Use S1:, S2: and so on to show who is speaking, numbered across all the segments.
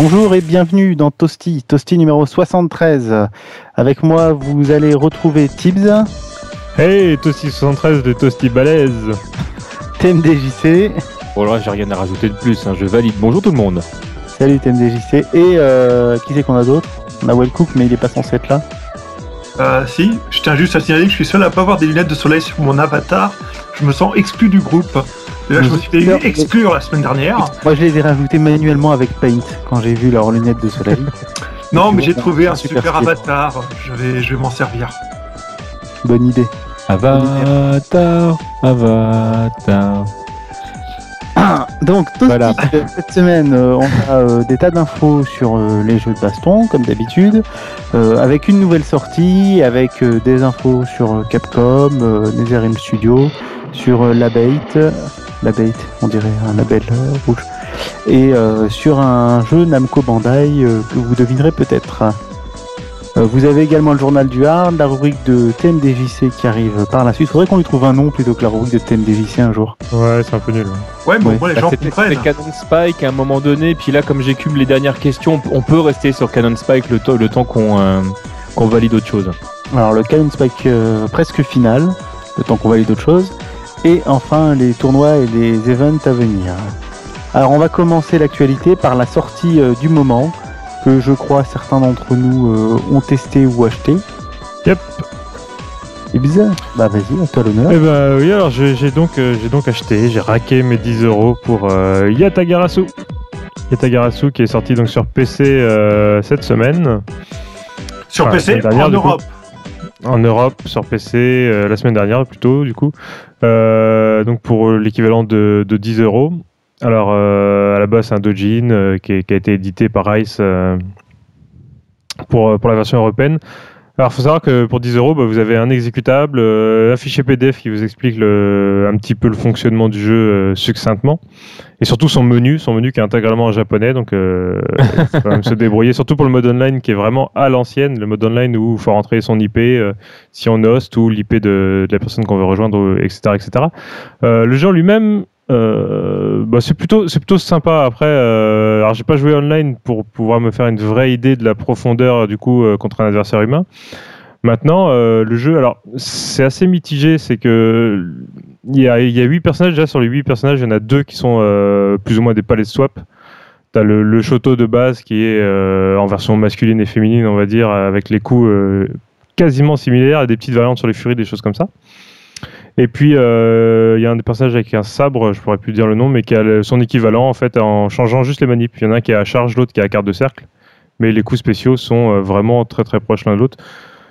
S1: Bonjour et bienvenue dans Toasty numéro 73. Avec moi, vous allez retrouver Tibbs.
S2: Hey, Toasty 73 de Toasty Balèze.
S1: TMDJC.
S3: Bon là, j'ai rien à rajouter de plus, je valide. Bonjour tout le monde.
S1: Salut TMDJC. Et qui c'est qu'on a d'autre? On a Wellcook, mais il est pas censé être là.
S4: Si, je tiens juste à signaler que je suis seul à pas avoir des lunettes de soleil sur mon avatar. Je me sens exclu du groupe. Et là, je me suis fait exclure la semaine dernière.
S1: Moi, je les ai rajoutés manuellement avec Paint quand j'ai vu leurs lunettes de soleil.
S4: Non, mais j'ai trouvé un super avatar. Je vais m'en servir.
S1: Bonne idée.
S3: Avatar.
S1: Donc, Toasty, voilà. Cette semaine, on a des tas d'infos sur les jeux de baston, comme d'habitude, avec une nouvelle sortie, avec des infos sur Capcom, NetherRealm Studio, sur l'Abate, on dirait un label rouge, et sur un jeu Namco Bandai que vous devinerez peut-être. Vous avez également le journal du hard, la rubrique de TMDJC qui arrive par la suite. Faudrait qu'on lui trouve un nom plutôt que la rubrique de TMDJC un jour.
S2: Ouais, c'est un peu nul.
S4: Ouais, mais moi les gens comprennent.
S3: C'était Canon Spike à un moment donné, puis là comme j'écume les dernières questions, on peut rester sur Canon Spike le temps qu'on valide autre chose.
S1: Alors le Canon Spike presque final, le temps qu'on valide autre chose. Et enfin les tournois et les events à venir. Alors on va commencer l'actualité par la sortie du moment, que je crois certains d'entre nous ont testé ou acheté.
S2: Yep.
S1: C'est bizarre. Bah vas-y, à toi l'honneur.
S2: Eh bah oui, alors j'ai donc acheté, j'ai raqué mes 10€ pour Yatagarasu. Yatagarasu qui est sorti donc sur PC cette semaine.
S4: Sur PC en Europe.
S2: En Europe, sur PC, la semaine dernière plutôt, du coup. Donc pour l'équivalent de 10€. Alors, à la base, c'est un doujin qui a été édité par Ice pour la version européenne. Alors, il faut savoir que pour 10€, vous avez un exécutable, un fichier PDF qui vous explique un petit peu le fonctionnement du jeu succinctement. Et surtout son menu qui est intégralement en japonais. Donc, il faut quand même se débrouiller. Surtout pour le mode online qui est vraiment à l'ancienne. Le mode online où il faut rentrer son IP, si on host, ou l'IP de la personne qu'on veut rejoindre, etc. etc. Le jeu lui-même... c'est plutôt sympa. Après, alors j'ai pas joué online pour pouvoir me faire une vraie idée de la profondeur du coup contre un adversaire humain. Maintenant, le jeu, alors c'est assez mitigé. C'est que il y a 8 personnages. Déjà sur les 8 personnages, il y en a 2 qui sont plus ou moins des palette swap. T'as le Shoto de base qui est en version masculine et féminine, on va dire, avec les coups quasiment similaires et des petites variantes sur les furies, des choses comme ça. Et puis, il y a un des personnages avec un sabre, je pourrais plus dire le nom, mais qui a son équivalent en fait en changeant juste les manips. Il y en a un qui est à charge, l'autre qui est à carte de cercle. Mais les coups spéciaux sont vraiment très très proches l'un de l'autre.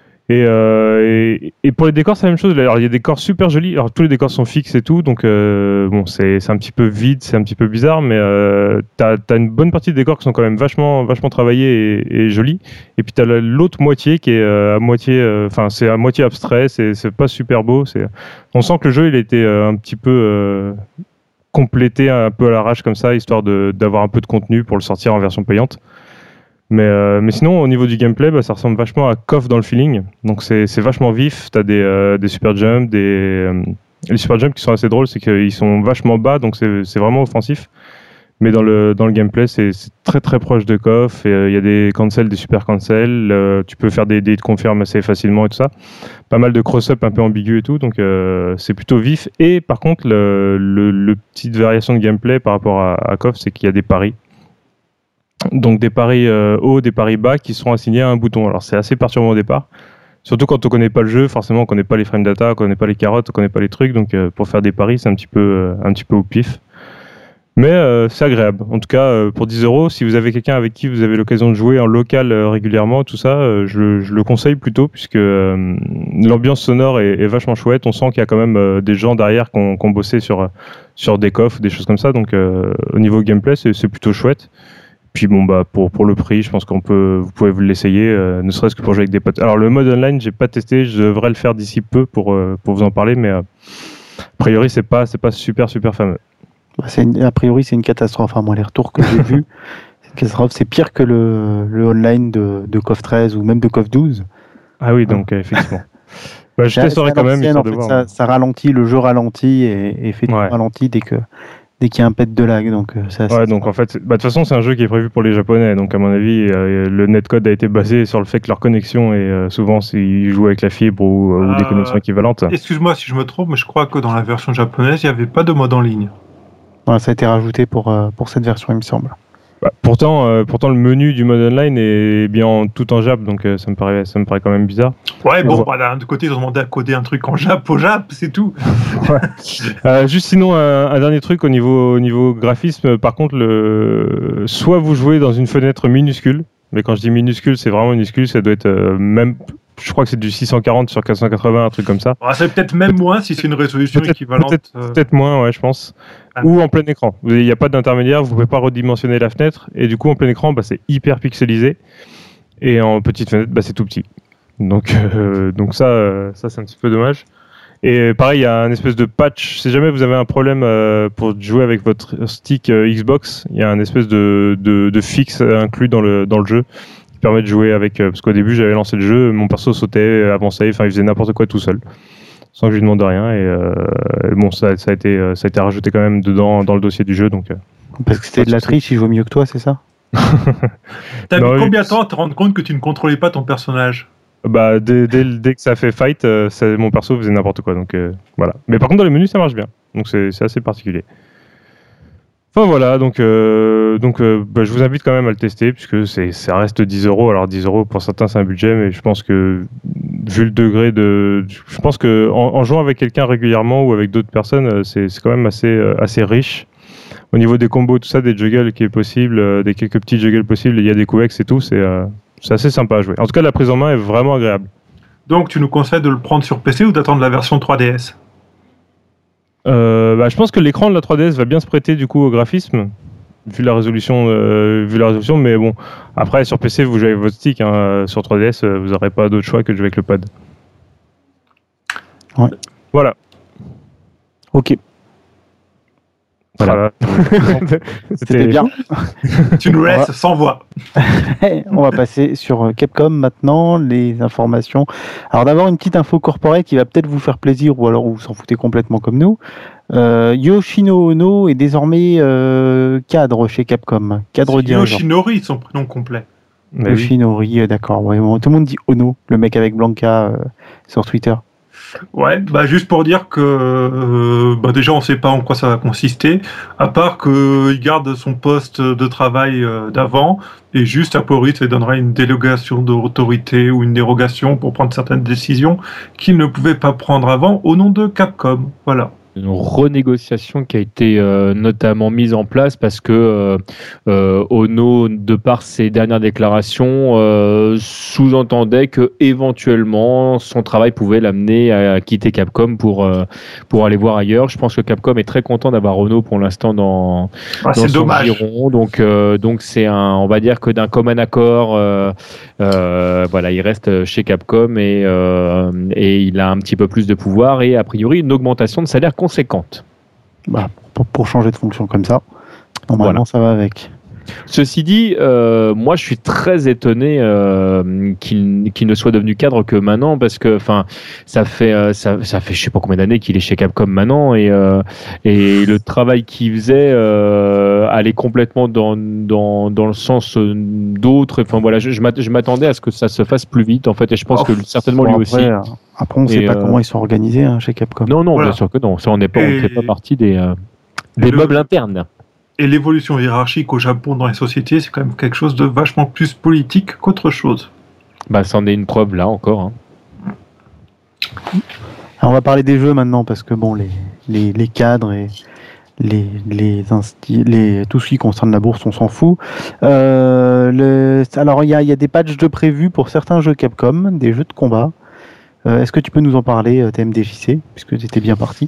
S2: Et pour les décors, c'est la même chose. Alors, il y a des décors super jolis. Alors, tous les décors sont fixes et tout. Donc, c'est un petit peu vide, c'est un petit peu bizarre. Mais t'as une bonne partie des décors qui sont quand même vachement travaillés et jolis. Et puis, t'as l'autre moitié qui est à moitié... c'est à moitié abstrait. C'est pas super beau. On sent que le jeu, il a été un petit peu complété un peu à l'arrache comme ça, histoire d'avoir un peu de contenu pour le sortir en version payante. Mais sinon, au niveau du gameplay, ça ressemble vachement à KOF dans le feeling. Donc c'est vachement vif. T'as des super jumps, les super jumps qui sont assez drôles, c'est qu'ils sont vachement bas, donc c'est vraiment offensif. Mais dans le gameplay, c'est très très proche de KOF. Il y a des cancels, des super cancels. Tu peux faire des hit confirm assez facilement et tout ça. Pas mal de cross-up un peu ambigu et tout, donc c'est plutôt vif. Et par contre, le petite variation de gameplay par rapport à KOF, c'est qu'il y a des paris. Donc des paris hauts, des paris bas qui seront assignés à un bouton. Alors c'est assez perturbant au départ, surtout quand on connaît pas le jeu, forcément on connaît pas les frame data, on connaît pas les carottes, on connaît pas les trucs, donc pour faire des paris c'est un petit peu au pif. Mais c'est agréable. En tout cas pour 10€, si vous avez quelqu'un avec qui vous avez l'occasion de jouer en local régulièrement, tout ça, je le conseille plutôt puisque l'ambiance sonore est vachement chouette. On sent qu'il y a quand même des gens derrière qui ont bossé sur des coffres, des choses comme ça. Donc au niveau gameplay c'est plutôt chouette. Puis pour le prix, je pense vous pouvez vous l'essayer, ne serait-ce que pour jouer avec des potes. Alors le mode online, j'ai pas testé, je devrais le faire d'ici peu pour vous en parler, mais a priori c'est pas super fameux.
S1: A priori c'est une catastrophe. Moi les retours que j'ai vus, c'est une catastrophe. C'est pire que le online de KOF 13 ou même de KOF 12.
S2: Ah oui, donc effectivement. Je testerai quand même.
S1: Ça ralentit, le jeu ralentit et fait tout ralenti dès que dès qu'il y a un pet de lag. Donc,
S2: ouais, donc en fait, de toute façon, c'est un jeu qui est prévu pour les Japonais. Donc, à mon avis, le netcode a été basé sur le fait que leur connexion est souvent, ils jouent avec la fibre ou des connexions équivalentes.
S4: Excuse-moi si je me trompe, mais je crois que dans la version japonaise, il n'y avait pas de mode en ligne.
S1: Ouais, ça a été rajouté pour cette version, il me semble.
S2: Pourtant, le menu du mode online est bien tout en Jap, donc ça me paraît quand même bizarre.
S4: Ouais, bon, d'un côté, ils ont demandé à coder un truc en Jap au Jap, c'est tout.
S2: Ouais. Juste sinon, un dernier truc au niveau graphisme, par contre, soit vous jouez dans une fenêtre minuscule, mais quand je dis minuscule, c'est vraiment minuscule, ça doit être même, je crois que c'est du 640 sur 480, un truc comme ça.
S4: C'est peut-être même moins si c'est une résolution équivalente.
S2: Peut-être moins, ouais, je pense. Ou en plein écran. Il n'y a pas d'intermédiaire, vous ne pouvez pas redimensionner la fenêtre. Et du coup, en plein écran, c'est hyper pixelisé. Et en petite fenêtre, c'est tout petit. Donc ça, c'est un petit peu dommage. Et pareil, il y a un espèce de patch. Si jamais vous avez un problème pour jouer avec votre stick Xbox, il y a un espèce de fixe inclus dans le jeu qui permet de jouer avec... parce qu'au début, j'avais lancé le jeu, mon perso sautait, avançait, il faisait n'importe quoi tout seul, sans que je lui demande rien. Et bon, ça a été rajouté quand même dedans dans le dossier du jeu. Donc,
S1: parce que c'était de la triche, il joue mieux que toi, c'est ça?
S4: T'as mis combien de temps à te rendre compte que tu ne contrôlais pas ton personnage?
S2: Dès que ça fait fight, mon perso faisait n'importe quoi. Donc voilà. Mais par contre, dans les menus, ça marche bien. Donc c'est assez particulier. Enfin voilà, donc je vous invite quand même à le tester puisque ça reste 10 €. Alors 10 € pour certains c'est un budget, mais je pense que vu le degré je pense que en jouant avec quelqu'un régulièrement ou avec d'autres personnes, c'est quand même assez riche. Au niveau des combos, tout ça, des juggles qui est possible, des quelques petits juggles possibles, il y a des coups et tout, c'est assez sympa à jouer. En tout cas, la prise en main est vraiment agréable.
S4: Donc tu nous conseilles de le prendre sur PC ou d'attendre la version 3DS?
S2: Je pense que l'écran de la 3DS va bien se prêter du coup au graphisme vu la résolution, mais bon, après sur PC vous jouez avec votre stick, hein, sur 3DS vous n'aurez pas d'autre choix que de jouer avec le pad.
S1: Ouais.
S2: Voilà.
S1: Ok.
S2: Voilà.
S1: C'était bien.
S4: Tu nous laisses sans voix.
S1: On va passer sur Capcom maintenant, les informations. Alors d'abord une petite info corporate qui va peut-être vous faire plaisir ou alors vous s'en foutez complètement comme nous. Yoshino Ono est désormais cadre chez Capcom. Cadre dirigeant.
S4: Yoshinori, son prénom complet.
S1: Yoshinori, d'accord. Ouais, bon, tout le monde dit Ono, le mec avec Blanca sur Twitter.
S4: Ouais, juste pour dire que déjà on sait pas en quoi ça va consister, à part qu'il garde son poste de travail d'avant et juste a priori ça lui donnerait une délégation d'autorité ou une dérogation pour prendre certaines décisions qu'il ne pouvait pas prendre avant au nom de Capcom. Voilà.
S3: Une renégociation qui a été notamment mise en place parce que Ono, de par ses dernières déclarations, sous-entendait que éventuellement son travail pouvait l'amener à quitter Capcom pour aller voir ailleurs. Je pense que Capcom est très content d'avoir Ono pour l'instant dans son giron. Donc c'est on va dire que d'un commun accord, voilà, il reste chez Capcom et il a un petit peu plus de pouvoir et a priori une augmentation de salaire conséquente.
S1: Pour changer de fonction comme ça, normalement ça va avec.
S3: Ceci dit, moi je suis très étonné qu'il ne soit devenu cadre que maintenant parce que ça fait je sais pas combien d'années qu'il est chez Capcom maintenant et le travail qu'il faisait allait complètement dans le sens d'autres. Enfin voilà, je m'attendais à ce que ça se fasse plus vite en fait et je pense que certainement lui aussi.
S1: Après on sait pas comment ils sont organisés chez Capcom.
S3: Non, voilà. Bien sûr que non. Ça on fait pas partie des meubles internes.
S4: Et l'évolution hiérarchique au Japon dans les sociétés, c'est quand même quelque chose de vachement plus politique qu'autre chose.
S3: Ça en est une preuve là encore. Hein.
S1: Alors on va parler des jeux maintenant parce que bon, les cadres et tout ce qui concerne la bourse, on s'en fout. Alors il y a des patchs de prévus pour certains jeux Capcom, des jeux de combat. Est-ce que tu peux nous en parler, TMDJC, puisque tu étais bien parti?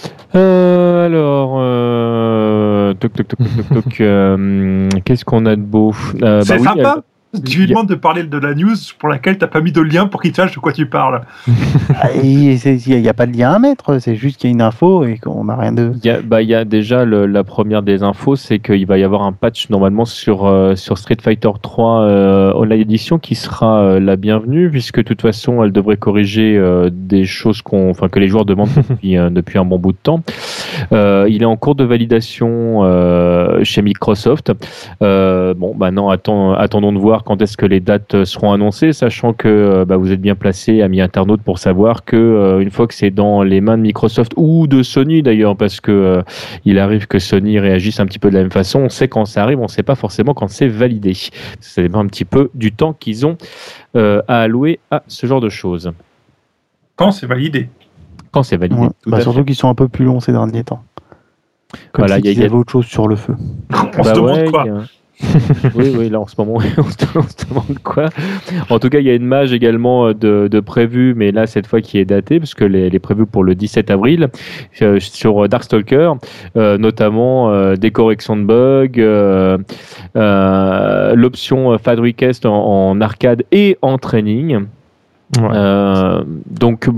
S3: Qu'est-ce qu'on a de beau?
S4: C'est sympa. Tu lui demandes de parler de la news pour laquelle tu n'as pas mis de lien pour qu'il sache de quoi tu parles.
S1: Il n'y a pas de lien à mettre, c'est juste qu'il y a une info et qu'on n'a rien de...
S3: Il y a déjà la première des infos, c'est qu'il va y avoir un patch normalement sur Street Fighter 3 Online Edition qui sera la bienvenue, puisque de toute façon elle devrait corriger des choses que les joueurs demandent depuis un bon bout de temps. Il est en cours de validation chez Microsoft. Non, attendons de voir quand est-ce que les dates seront annoncées, sachant que vous êtes bien placé, amis internautes, pour savoir que une fois que c'est dans les mains de Microsoft ou de Sony d'ailleurs, parce que il arrive que Sony réagisse un petit peu de la même façon, on sait quand ça arrive, on ne sait pas forcément quand c'est validé. Ça dépend un petit peu du temps qu'ils ont à allouer à ce genre de choses.
S4: Quand c'est validé.
S3: Quand c'est validé.
S1: Ouais, surtout qu'ils sont un peu plus longs ces derniers temps. Comme
S3: voilà,
S1: il y avait autre chose sur le feu.
S4: On se demande quoi.
S3: Oui, là en ce moment, on se demande quoi. En tout cas, il y a une mage également de prévu, mais là cette fois qui est datée, parce que elle est prévue pour le 17 avril, sur Darkstalker, notamment des corrections de bugs, l'option Fad Request en arcade et en training. Ouais. Donc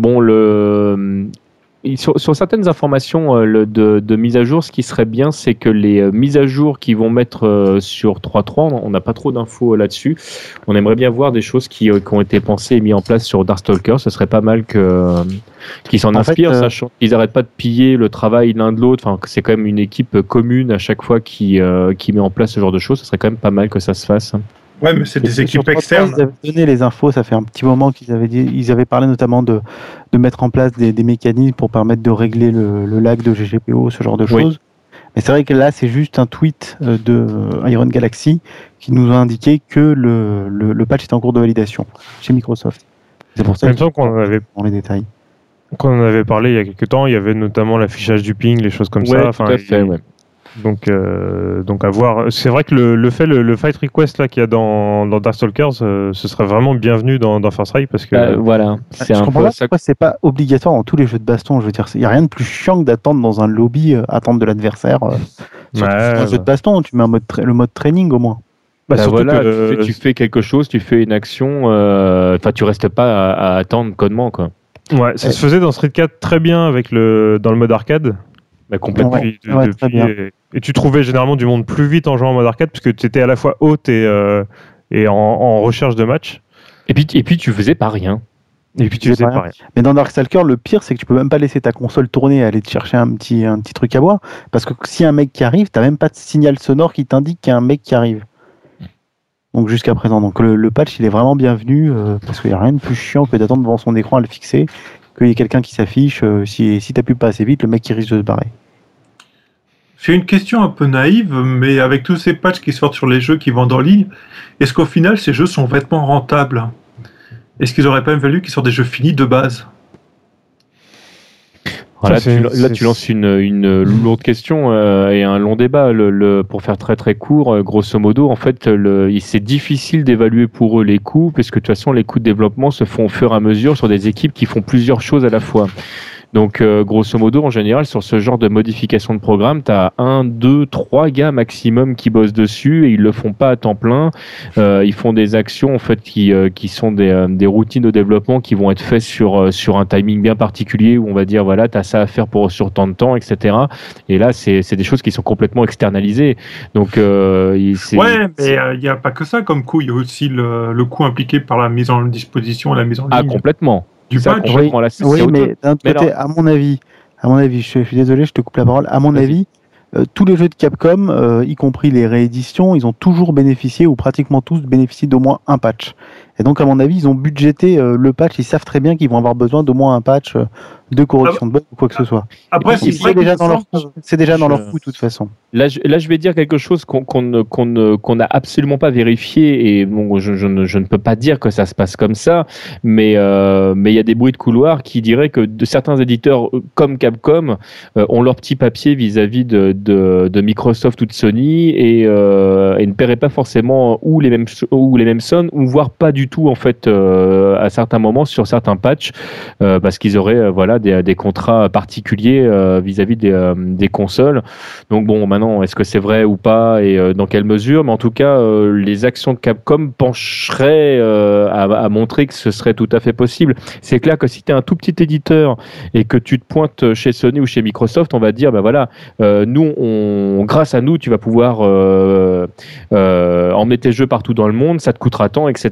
S3: sur certaines informations de mise à jour, ce qui serait bien, c'est que les mises à jour qui vont mettre sur 3.3, on n'a pas trop d'infos là-dessus. On aimerait bien voir des choses qui ont été pensées et mises en place sur Darkstalker. Ce serait pas mal qu'ils s'en inspirent, sachant qu'ils n'arrêtent pas de piller le travail l'un de l'autre. Enfin, c'est quand même une équipe commune à chaque fois qui met en place ce genre de choses. Ce serait quand même pas mal que ça se fasse.
S4: Ouais, mais c'est des équipes externes.
S1: Ils avaient donné les infos, ça fait un petit moment ils avaient parlé notamment de mettre en place des mécanismes pour permettre de régler le lag de GGPO, ce genre de choses. Mais c'est vrai que là, c'est juste un tweet de Iron Galaxy qui nous a indiqué que le patch est en cours de validation chez Microsoft. C'est pour ça
S2: qu'on avait
S1: dans les détails.
S2: Quand on en avait parlé il y a quelques temps, il y avait notamment l'affichage du ping, les choses comme ça.
S3: Tout à fait, ouais.
S2: Donc à voir. C'est vrai que le fight request là qu'il y a dans Darkstalkers, ce serait vraiment bienvenu dans First Strike parce que
S3: voilà.
S1: Je comprends pas pourquoi c'est pas obligatoire dans tous les jeux de baston. Je veux dire, il y a rien de plus chiant que d'attendre dans un lobby, attendre de l'adversaire. Dans un jeu de baston, tu mets le mode training au moins.
S3: Tu fais quelque chose, tu fais une action. Tu restes pas à attendre connement quoi.
S2: Ouais, ça se faisait dans Street 4 très bien avec dans le mode arcade.
S3: Complètement.
S2: Et tu trouvais généralement du monde plus vite en jouant en mode arcade parce que tu étais à la fois haute et en recherche de match.
S3: Et puis tu faisais pas rien.
S1: Mais dans Darkstalker, le pire, c'est que tu peux même pas laisser ta console tourner et aller te chercher un petit truc à boire. Parce que si un mec qui arrive, t'as même pas de signal sonore qui t'indique qu'il y a un mec qui arrive. Donc jusqu'à présent. Donc le patch, il est vraiment bienvenu parce qu'il n'y a rien de plus chiant que d'attendre devant son écran à le fixer. Qu'il y ait quelqu'un qui s'affiche. Si t'appuies pas assez vite, le mec qui risque de se barrer.
S4: J'ai une question un peu naïve, mais avec tous ces patchs qui sortent sur les jeux qui vendent en ligne, est-ce qu'au final ces jeux sont vraiment rentables ? Est-ce qu'ils auraient pas même valu qu'ils sortent des jeux finis de base ?
S3: Là, tu lances une lourde question et un long débat. Pour faire très très court, grosso modo, en fait, c'est difficile d'évaluer pour eux les coûts, puisque de toute façon, les coûts de développement se font au fur et à mesure sur des équipes qui font plusieurs choses à la fois. Donc, grosso modo, en général, sur ce genre de modification de programme, tu as 1, 2, 3 gars maximum qui bossent dessus et ils le font pas à temps plein. Ils font des actions en fait qui sont des routines de développement qui vont être faites sur un timing bien particulier où on va dire voilà, tu as ça à faire sur tant de temps, etc. Et là, c'est des choses qui sont complètement externalisées. Donc, mais il
S4: n'y a pas que ça comme coût. Il y a aussi le coût impliqué par la mise en disposition et la mise en ligne.
S3: Ah, complètement.
S1: Oui, mais d'un autre côté, à mon avis, je suis désolé, je te coupe la parole. À mon avis, tous les jeux de Capcom, y compris les rééditions, ils ont toujours bénéficié, ou pratiquement tous bénéficient d'au moins un patch. Et donc, à mon avis, ils ont budgété le patch. Ils savent très bien qu'ils vont avoir besoin d'au moins un patch de correction de bugs ou quoi que ce soit.
S4: Après, c'est
S1: déjà dans leur coût, de toute façon.
S3: Là, je vais dire quelque chose qu'on n'a absolument pas vérifié. Et bon, je ne peux pas dire que ça se passe comme ça. Mais il y a des bruits de couloir qui diraient que certains éditeurs comme Capcom ont leur petit papier vis-à-vis de Microsoft ou de Sony et ne paieraient pas forcément ou les mêmes sommes, ou voire pas du tout en fait à certains moments sur certains patchs parce qu'ils auraient des contrats particuliers vis-à-vis des consoles. Donc bon, maintenant est-ce que c'est vrai ou pas et dans quelle mesure, mais en tout cas les actions de Capcom pencheraient à montrer que ce serait tout à fait possible. C'est clair que si tu es un tout petit éditeur et que tu te pointes chez Sony ou chez Microsoft, on va dire nous grâce à nous tu vas pouvoir emmener tes jeux partout dans le monde, ça te coûtera tant, etc. C'est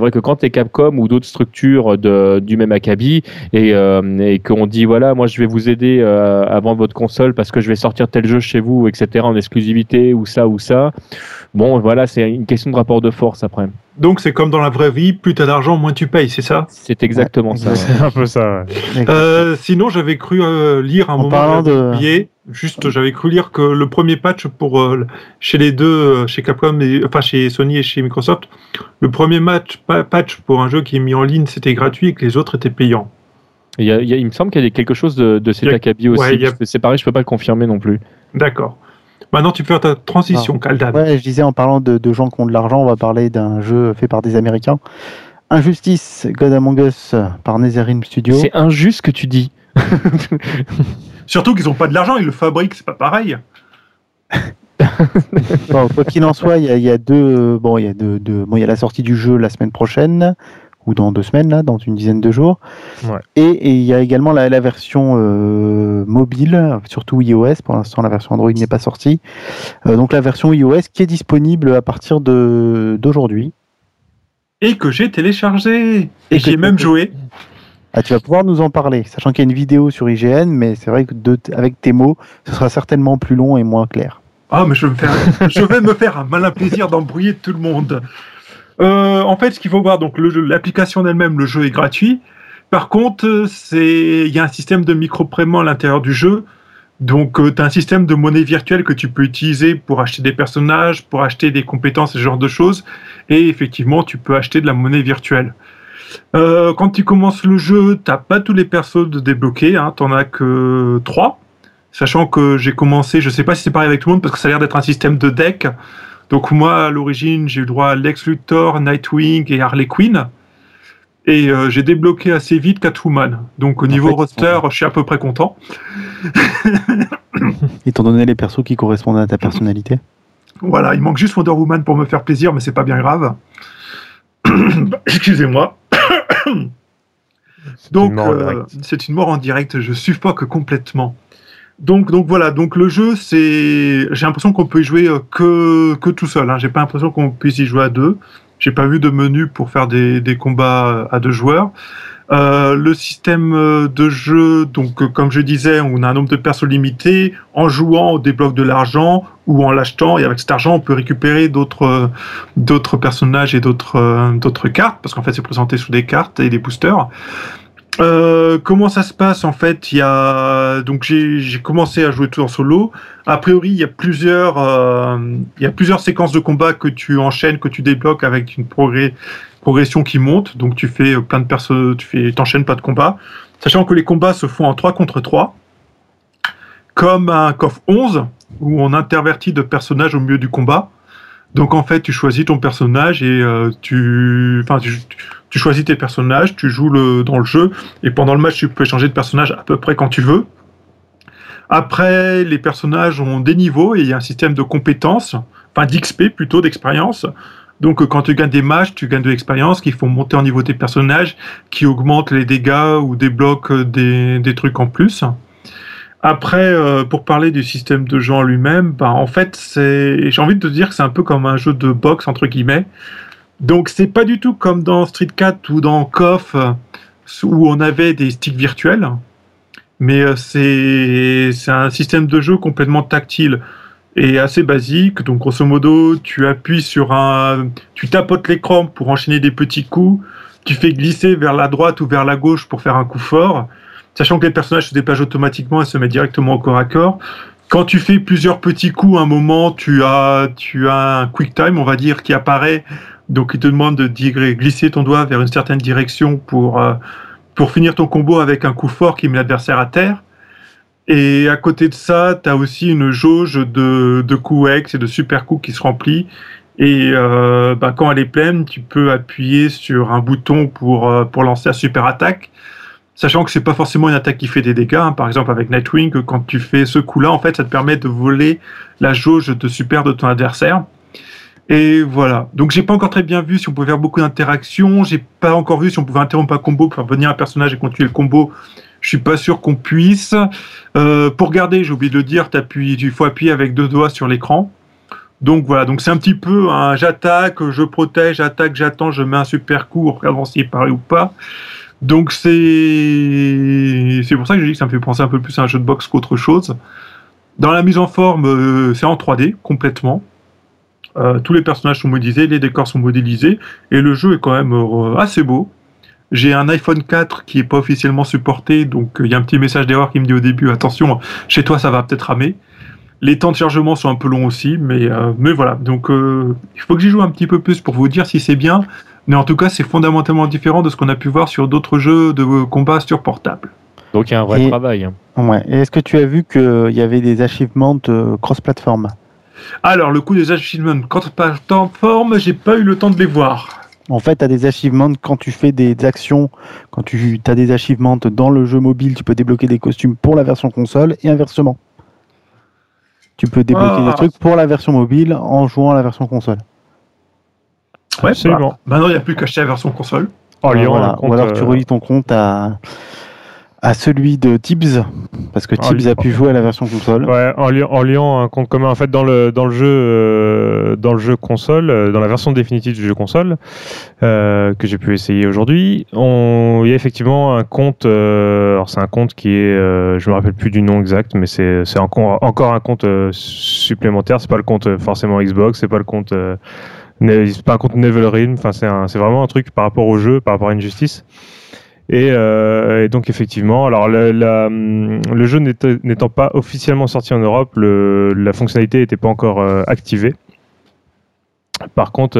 S3: vrai que quand tu es Capcom ou d'autres structures du même acabit et qu'on dit voilà, moi je vais vous aider à vendre votre console parce que je vais sortir tel jeu chez vous, etc., en exclusivité ou ça, bon, voilà, c'est une question de rapport de force après.
S4: Donc c'est comme dans la vraie vie, plus t'as d'argent, moins tu payes, c'est ça?
S3: C'est exactement ça.
S2: C'est un peu ça. Ouais.
S4: Sinon, j'avais cru lire un
S1: En
S4: moment,
S1: parlant de-
S4: j'avais cru lire que le premier patch pour chez les deux, chez Capcom, enfin chez Sony et chez Microsoft, le premier patch pour un jeu qui est mis en ligne, c'était gratuit et que les autres étaient payants.
S3: Il me semble qu'il y a quelque chose de cet acabit aussi.
S4: Ouais,
S3: C'est pareil, je peux pas le confirmer non plus.
S4: D'accord. Maintenant, tu peux faire ta transition, Kaldan.
S1: Ouais, je disais, en parlant de gens qui ont de l'argent, on va parler d'un jeu fait par des Américains. Injustice, God Among Us par Netherrealm Studio.
S3: C'est injuste ce que tu dis.
S4: Surtout qu'ils n'ont pas de l'argent, ils le fabriquent, c'est pas pareil.
S1: Bon, quoi qu'il en soit, il y a la sortie du jeu la semaine prochaine, ou dans 2 semaines, là, dans une dizaine de jours.
S2: Ouais.
S1: Et il y a également la version mobile, surtout iOS. Pour l'instant, la version Android n'est pas sortie. Donc la version iOS qui est disponible à partir d'aujourd'hui.
S4: Et que j'ai téléchargé. Et
S1: Et
S4: j'y ai
S1: que-
S4: même joué.
S1: Ah, tu vas pouvoir nous en parler, sachant qu'il y a une vidéo sur IGN, mais c'est vrai que avec tes mots, ce sera certainement plus long et moins clair.
S4: Ah, mais je vais me faire un malin plaisir d'embrouiller tout le monde. En fait, ce qu'il faut voir, donc l'application en elle-même, le jeu est gratuit. Par contre, il y a un système de micro-paiement à l'intérieur du jeu. Donc, tu as un système de monnaie virtuelle que tu peux utiliser pour acheter des personnages, pour acheter des compétences, ce genre de choses. Et effectivement, tu peux acheter de la monnaie virtuelle. Quand tu commences le jeu, t'as pas tous les persos de débloquer, hein, t'en as que 3. Sachant que j'ai commencé, je sais pas si c'est pareil avec tout le monde, parce que ça a l'air d'être un système de deck. Donc moi, à l'origine, j'ai eu droit à Lex Luthor, Nightwing et Harley Quinn. Et j'ai débloqué assez vite Catwoman. Donc au niveau roster, je suis à peu près content.
S1: Étant donné les persos qui correspondent à ta personnalité.
S4: Voilà, il manque juste Wonder Woman pour me faire plaisir, mais c'est pas bien grave. Excusez-moi. Donc, c'est une mort en direct, je suffoque complètement. Donc voilà, donc le jeu, j'ai l'impression qu'on peut y jouer que tout seul. Hein. J'ai pas l'impression qu'on puisse y jouer à 2. J'ai pas vu de menu pour faire des combats à 2 joueurs. Le système de jeu, donc comme je disais, on a un nombre de persos limité. En jouant, on débloque de l'argent ou en l'achetant. Et avec cet argent, on peut récupérer d'autres personnages et d'autres cartes, parce qu'en fait, c'est présenté sous des cartes et des boosters. Comment ça se passe en fait? Donc j'ai commencé à jouer tout en solo. A priori, il y a plusieurs séquences de combat que tu enchaînes, que tu débloques avec une progression qui monte. Donc tu fais plein de persos, t'enchaînes pas de combats. Sachant que les combats se font en 3 contre 3, comme un KOF 11 où on intervertit de personnages au milieu du combat. Donc en fait, tu choisis ton personnage et tu choisis tes personnages, tu joues dans le jeu, et pendant le match, tu peux changer de personnage à peu près quand tu veux. Après, les personnages ont des niveaux et il y a un système de compétences, enfin d'XP plutôt, d'expérience. Donc quand tu gagnes des matchs, tu gagnes de l'expérience qui font monter en niveau tes personnages, qui augmentent les dégâts ou débloquent des trucs en plus. Après, pour parler du système de jeu en lui-même, en fait, j'ai envie de te dire que c'est un peu comme un jeu de boxe, entre guillemets. Donc, c'est pas du tout comme dans Street 4 ou dans KOF, où on avait des sticks virtuels. Mais c'est un système de jeu complètement tactile et assez basique. Donc, grosso modo, tu appuies tu tapotes l'écran pour enchaîner des petits coups. Tu fais glisser vers la droite ou vers la gauche pour faire un coup fort. Sachant que les personnages se déplacent automatiquement et se mettent directement au corps à corps. Quand tu fais plusieurs petits coups, à un moment, tu as un quick time, on va dire, qui apparaît. Donc, il te demande de glisser ton doigt vers une certaine direction pour finir ton combo avec un coup fort qui met l'adversaire à terre. Et à côté de ça, tu as aussi une jauge de coups X et de super coups qui se remplit. Et quand elle est pleine, tu peux appuyer sur un bouton pour lancer la super attaque. Sachant que c'est pas forcément une attaque qui fait des dégâts. Hein. Par exemple, avec Nightwing, quand tu fais ce coup-là, en fait, ça te permet de voler la jauge de super de ton adversaire. Et voilà. Donc, j'ai pas encore très bien vu si on pouvait faire beaucoup d'interactions. J'ai pas encore vu si on pouvait interrompre un combo pour faire venir un personnage et continuer le combo. Je suis pas sûr qu'on puisse. Pour garder, j'ai oublié de le dire, il faut appuyer avec 2 doigts sur l'écran. Donc voilà, donc c'est un petit peu un j'attaque, je protège, attaque, j'attends, je mets un super coup, regardons s'il est pareil ou pas. Donc c'est pour ça que je dis que ça me fait penser un peu plus à un jeu de boxe qu'autre chose. Dans la mise en forme, c'est en 3D complètement. Tous les personnages sont modélisés, les décors sont modélisés, et le jeu est quand même assez beau. J'ai un iPhone 4 qui n'est pas officiellement supporté, donc il y a un petit message d'erreur qui me dit au début, attention, chez toi ça va peut-être ramer. Les temps de chargement sont un peu longs aussi, mais voilà. Donc il faut que j'y joue un petit peu plus pour vous dire si c'est bien, mais en tout cas c'est fondamentalement différent de ce qu'on a pu voir sur d'autres jeux de combat sur portable.
S3: Donc il y a un vrai travail.
S1: Ouais. Et est-ce que tu as vu qu'il y avait des achievements cross-platform?
S4: Alors, le coup des achievements cross-platform, j'ai pas eu le temps de les voir.
S1: En fait, tu as des achievements quand tu fais des actions, quand tu as des achievements dans le jeu mobile, tu peux débloquer des costumes pour la version console et inversement. Tu peux débloquer des trucs pour la version mobile en jouant à la version console.
S4: Ouais, absolument. Maintenant, il n'y a plus qu'à acheter la version console.
S1: Voilà. Ou alors tu relis ton compte à celui de Tibbs, parce que Tibbs a pu jouer à la version console.
S2: Ouais, en liant un compte commun. En fait, dans le jeu console, dans la version définitive du jeu console, que j'ai pu essayer aujourd'hui, il y a effectivement un compte. Alors c'est un compte qui est, je me rappelle plus du nom exact, mais c'est encore un compte supplémentaire. C'est pas le compte forcément Xbox, c'est pas le compte. C'est pas un compte Nevelrealm. Enfin, c'est vraiment un truc par rapport au jeu, par rapport à Injustice. Et donc effectivement, alors le jeu n'étant pas officiellement sorti en Europe, la fonctionnalité n'était pas encore activée. Par contre,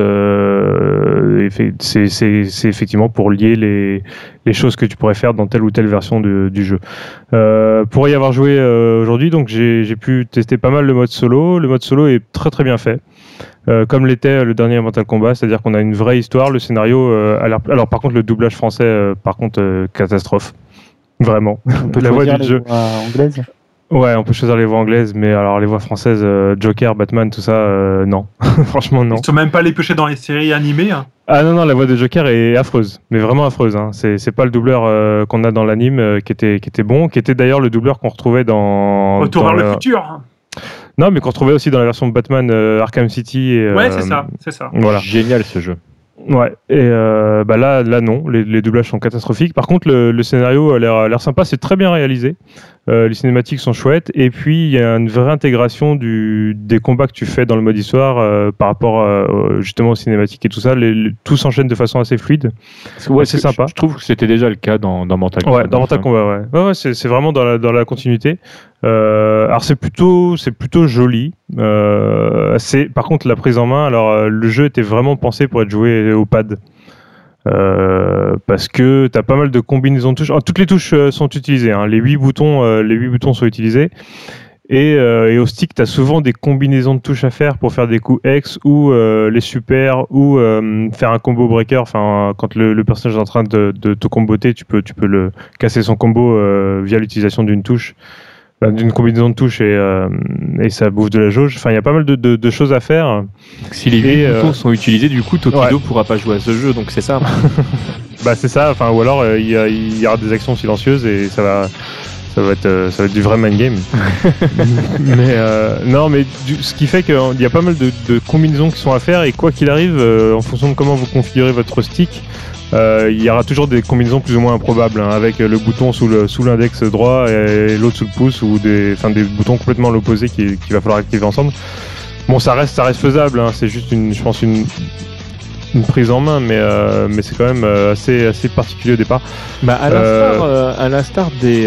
S2: c'est effectivement pour lier les choses que tu pourrais faire dans telle ou telle version du jeu. Pour y avoir joué aujourd'hui, donc j'ai pu tester pas mal le mode solo. Le mode solo est très très bien fait. Comme l'était le dernier Mortal Kombat, c'est-à-dire qu'on a une vraie histoire, le scénario alors par contre le doublage français catastrophe, vraiment.
S1: On peut choisir les voix anglaises.
S2: Ouais, on peut choisir les voix anglaises, mais alors les voix françaises, Joker, Batman, tout ça, non. Franchement non.
S4: Ils sont même pas les piocher dans les séries animées. Hein.
S2: Ah non, la voix de Joker est affreuse, mais vraiment affreuse. Hein. C'est pas le doubleur qu'on a dans l'anime qui était bon, qui était d'ailleurs le doubleur qu'on retrouvait dans
S4: Retour vers le futur.
S2: Non, mais qu'on retrouvait aussi dans la version de Batman Arkham City.
S4: Ouais, c'est ça.
S2: Voilà.
S3: Génial ce jeu.
S2: Ouais, et là non, les doublages sont catastrophiques. Par contre, le scénario a l'air sympa, c'est très bien réalisé. Les cinématiques sont chouettes, et puis il y a une vraie intégration des combats que tu fais dans le mode histoire par rapport justement aux cinématiques et tout ça. Tout s'enchaîne de façon assez fluide.
S3: Ouais, c'est sympa. Je trouve que c'était déjà le cas dans Mortal Kombat.
S2: Ouais, dans Mortal Kombat, ouais, c'est vraiment dans la continuité. Alors c'est plutôt joli. Par contre, la prise en main, alors le jeu était vraiment pensé pour être joué au pad. Parce que tu as pas mal de combinaisons de touches. Alors, toutes les touches sont utilisées, hein. Les 8 boutons sont utilisés. Et au stick, tu as souvent des combinaisons de touches à faire pour faire des coups X ou les super ou faire un combo breaker. Enfin, quand le personnage est en train de te comboter, tu peux le casser son combo via l'utilisation d'une touche. D'une combinaison de touches et ça bouffe de la jauge. Enfin, il y a pas mal de choses à faire.
S3: Si les 8 boutons sont utilisés, du coup, Tokido pourra pas jouer à ce jeu, donc c'est ça.
S2: Bah c'est ça. Enfin, ou alors il y aura des actions silencieuses et ça va être du vrai mind game. Mais non, mais ce qui fait qu'il y a pas mal de combinaisons qui sont à faire, et quoi qu'il arrive, en fonction de comment vous configurez votre stick, il y aura toujours des combinaisons plus ou moins improbables, hein, avec le bouton sous l'index droit et l'autre sous le pouce, ou des boutons complètement à l'opposé qu'il va falloir activer ensemble. Bon, ça reste faisable, hein, c'est juste une prise en main, mais c'est quand même assez particulier au départ.
S3: Bah, à l'instar des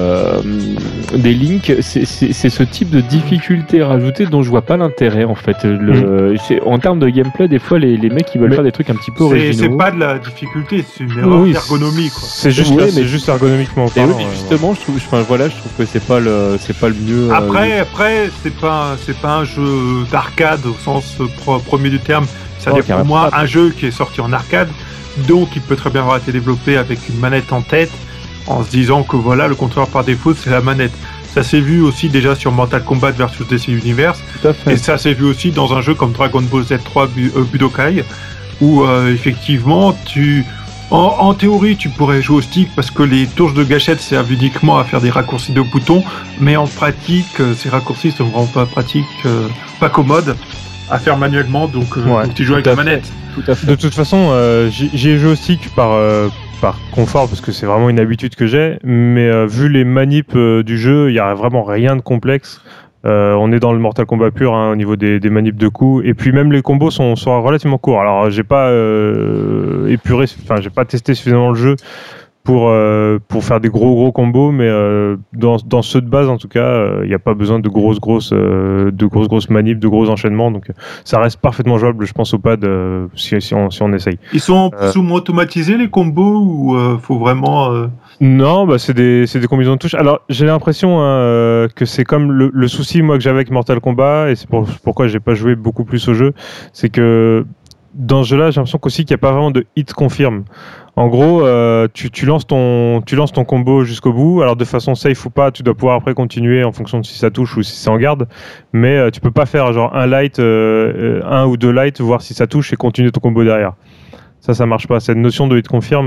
S3: Link, c'est ce type de difficulté rajoutée dont je vois pas l'intérêt en fait. En termes de gameplay, des fois les mecs ils veulent faire des trucs un petit peu originaux.
S4: C'est pas de la difficulté, c'est une erreur ergonomique.
S2: C'est juste ergonomiquement.
S3: Et oui, justement, je trouve que c'est pas le mieux.
S4: Après, c'est pas un jeu d'arcade au sens premier du terme. C'est-à-dire pour moi un jeu qui est sorti en arcade, donc il peut très bien avoir été développé avec une manette en tête, en se disant que voilà, le contrôleur par défaut c'est la manette. Ça s'est vu aussi déjà sur Mortal Kombat versus DC Universe, et ça s'est vu aussi dans un jeu comme Dragon Ball Z3 Budokai, où effectivement en théorie tu pourrais jouer au stick parce que les touches de gâchette servent uniquement à faire des raccourcis de boutons, mais en pratique ces raccourcis sont vraiment pas pratiques, pas commodes. à faire manuellement, donc tu joues avec
S3: Tout à
S4: la
S3: fait.
S4: manette.
S3: Tout à fait.
S2: De toute façon, j'y ai joué au stick par confort, parce que c'est vraiment une habitude que j'ai, mais vu les manips du jeu, il n'y a vraiment rien de complexe. On est dans le Mortal Kombat pur au niveau des manips de coups, et puis même les combos sont relativement courts. Alors j'ai pas épuré, enfin j'ai pas testé suffisamment le jeu pour faire des gros combos, mais dans ceux de base en tout cas, il n'y a pas besoin de grosses manips, de gros enchaînements, donc ça reste parfaitement jouable, je pense, au pad si on essaye.
S4: Ils sont plus ou moins automatisés les combos ou faut vraiment
S2: Non, bah c'est des combinaisons de touches. Alors j'ai l'impression que c'est comme le souci moi que j'avais avec Mortal Kombat, et c'est pourquoi j'ai pas joué beaucoup plus au jeu, c'est que dans ce jeu-là, j'ai l'impression qu'aussi qu'il n'y a pas vraiment de hit confirm. En gros, tu lances ton combo jusqu'au bout. Alors de façon safe ou pas, tu dois pouvoir après continuer en fonction de si ça touche ou si c'est en garde. Mais tu peux pas faire genre un light, un ou deux lights, voir si ça touche et continuer ton combo derrière. Ça marche pas. Cette notion de hit confirm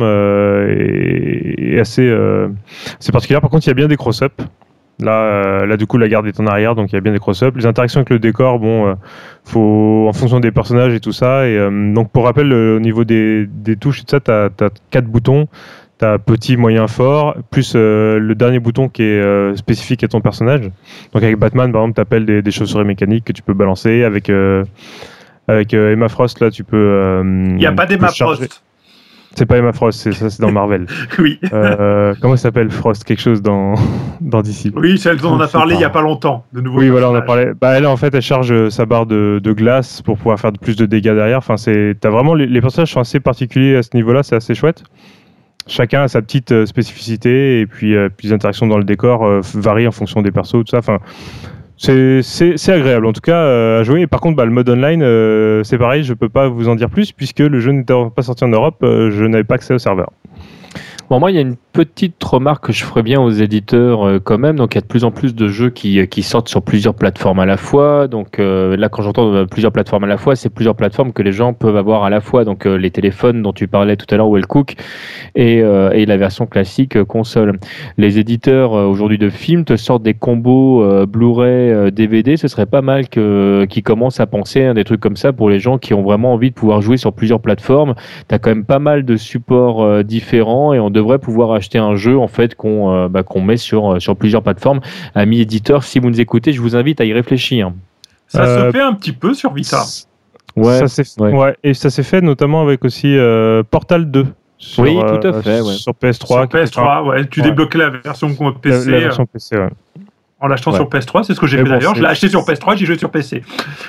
S2: est assez particulière. Par contre, il y a bien des cross-up. Là, du coup, la garde est en arrière, donc il y a bien des cross-up. Les interactions avec le décor, faut en fonction des personnages et tout ça. Et donc, pour rappel, au niveau des touches et tout ça, t'as 4 boutons. T'as petit, moyen, fort, plus le dernier bouton qui est spécifique à ton personnage. Donc, avec Batman, par exemple, t'appelles des chauves-souris mécaniques que tu peux balancer. Avec Emma Frost, là, tu peux.
S4: il n'y a pas d'Emma Frost.
S2: C'est pas Emma Frost, c'est dans Marvel.
S4: Oui.
S2: Comment ça s'appelle Frost? Quelque chose dans DC.
S4: Oui, celle dont on a parlé il n'y a pas longtemps. De nouveau.
S2: Oui, voilà, on a parlé. Bah, elle, en fait, elle charge sa barre de glace pour pouvoir faire plus de dégâts derrière. Enfin, t'as vraiment les personnages sont assez particuliers à ce niveau-là, c'est assez chouette. Chacun a sa petite spécificité, et puis les interactions dans le décor varient en fonction des persos, tout ça. Enfin, c'est agréable en tout cas à jouer. Et par contre, le mode online, c'est pareil, je peux pas vous en dire plus puisque le jeu n'étant pas sorti en Europe, je n'avais pas accès au serveur.
S3: Bon, moi, il y a une petite remarque que je ferais bien aux éditeurs quand même. Donc, il y a de plus en plus de jeux qui sortent sur plusieurs plateformes à la fois. Donc, là, quand j'entends plusieurs plateformes à la fois, c'est plusieurs plateformes que les gens peuvent avoir à la fois. Donc, les téléphones dont tu parlais tout à l'heure, Wellcook, et la version classique console. Les éditeurs aujourd'hui de films te sortent des combos Blu-ray, DVD. Ce serait pas mal qu'ils commencent à penser à des trucs comme ça pour les gens qui ont vraiment envie de pouvoir jouer sur plusieurs plateformes. Tu as quand même pas mal de supports différents, et on devrait pouvoir acheter un jeu en fait qu'on met sur plusieurs plateformes. Amis éditeurs, si vous nous écoutez, je vous invite à y réfléchir.
S4: Ça se fait un petit peu sur Vita.
S2: Ouais, et ça s'est fait notamment avec aussi Portal 2. Sur,
S3: oui, tout à fait.
S2: Sur PS3.
S4: Sur PS3, tu débloquais la version PC.
S2: La version PC, ouais.
S4: En l'achetant sur PS3, c'est ce que j'ai fait d'ailleurs. Je l'ai acheté sur PS3, j'ai joué sur PC.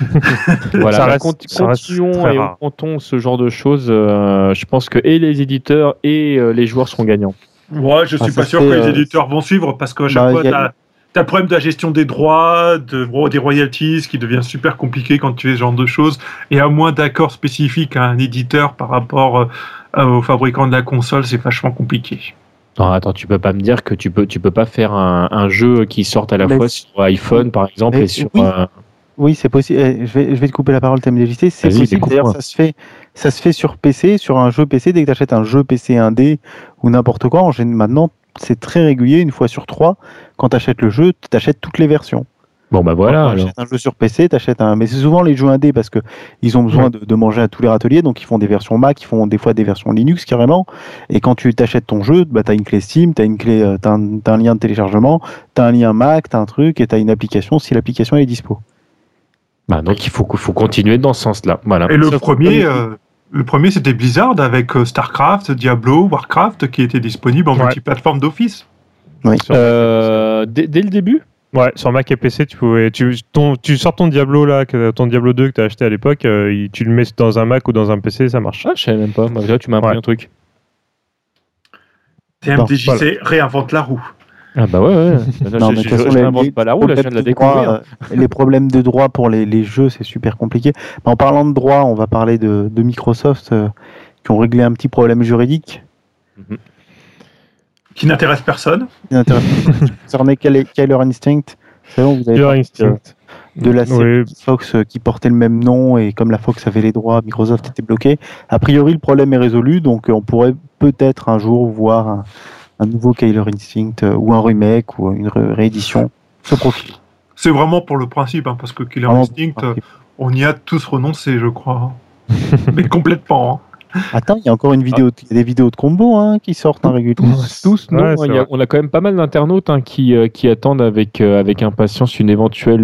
S3: Voilà, continuons et augmentons ce genre de choses. Je pense que et les éditeurs et les joueurs seront gagnants.
S4: Ouais, je suis pas sûr que les éditeurs vont suivre parce qu'à chaque fois, t'as le problème de la gestion des droits, des royalties, qui devient super compliqué quand tu fais ce genre de choses. Et à moins d'accord spécifique à un éditeur par rapport au fabricant de la console, c'est vachement compliqué.
S3: Non, attends, tu peux pas me dire que tu peux pas faire un jeu qui sorte à la fois sur iPhone par exemple et sur.
S1: Oui, c'est possible. Je vais te couper la parole, TMDJC. C'est possible. D'ailleurs, ça se fait sur PC, sur un jeu PC. Dès que tu achètes un jeu PC 1D ou n'importe quoi, maintenant, c'est très régulier. Une fois sur 3, quand tu achètes le jeu, tu achètes toutes les versions.
S3: Bon, bah voilà.
S1: Tu achètes un jeu sur PC, mais c'est souvent les jeux indés parce qu'ils ont besoin de manger à tous les râteliers, donc ils font des versions Mac, ils font des fois des versions Linux carrément. Et quand tu t'achètes ton jeu, tu as une clé Steam, tu as un lien de téléchargement, tu as un lien Mac, tu as un truc et tu as une application si l'application est dispo.
S3: Donc il faut continuer dans ce sens-là. Voilà.
S4: Et le premier, c'était Blizzard avec StarCraft, Diablo, Warcraft qui étaient disponibles en multiplateforme d'office.
S1: Oui.
S3: Dès le début.
S2: Ouais, sur Mac et PC, tu sors ton Diablo là, ton Diablo 2 que tu as acheté à l'époque, tu le mets dans un Mac ou dans un PC, ça marche.
S3: Ah, je savais même pas. Là, tu m'as appris un truc.
S4: TMDJC réinvente la roue.
S3: Ah bah ouais. Non, mais je n'invente pas la roue, là, je viens de la découvrir.
S1: Les problèmes de droit pour les jeux, c'est super compliqué. En parlant de droit, on va parler de Microsoft qui ont réglé un petit problème juridique.
S4: Qui n'intéresse personne.
S1: Concernait Killer Instinct. C'est bon, vous avez de la série Fox qui portait le même nom, et comme la Fox avait les droits, Microsoft était bloqué. A priori, le problème est résolu, donc on pourrait peut-être un jour voir un nouveau Killer Instinct ou un remake ou une réédition se profiler.
S4: C'est vraiment pour le principe, parce que Killer Instinct, On y a tous renoncé, je crois. Mais complètement. Hein.
S1: Attends, il y a encore il y a des vidéos de combo qui sortent régulièrement.
S3: Tous, non.
S2: Ouais,
S3: On a quand même pas mal d'internautes qui attendent avec impatience une éventuelle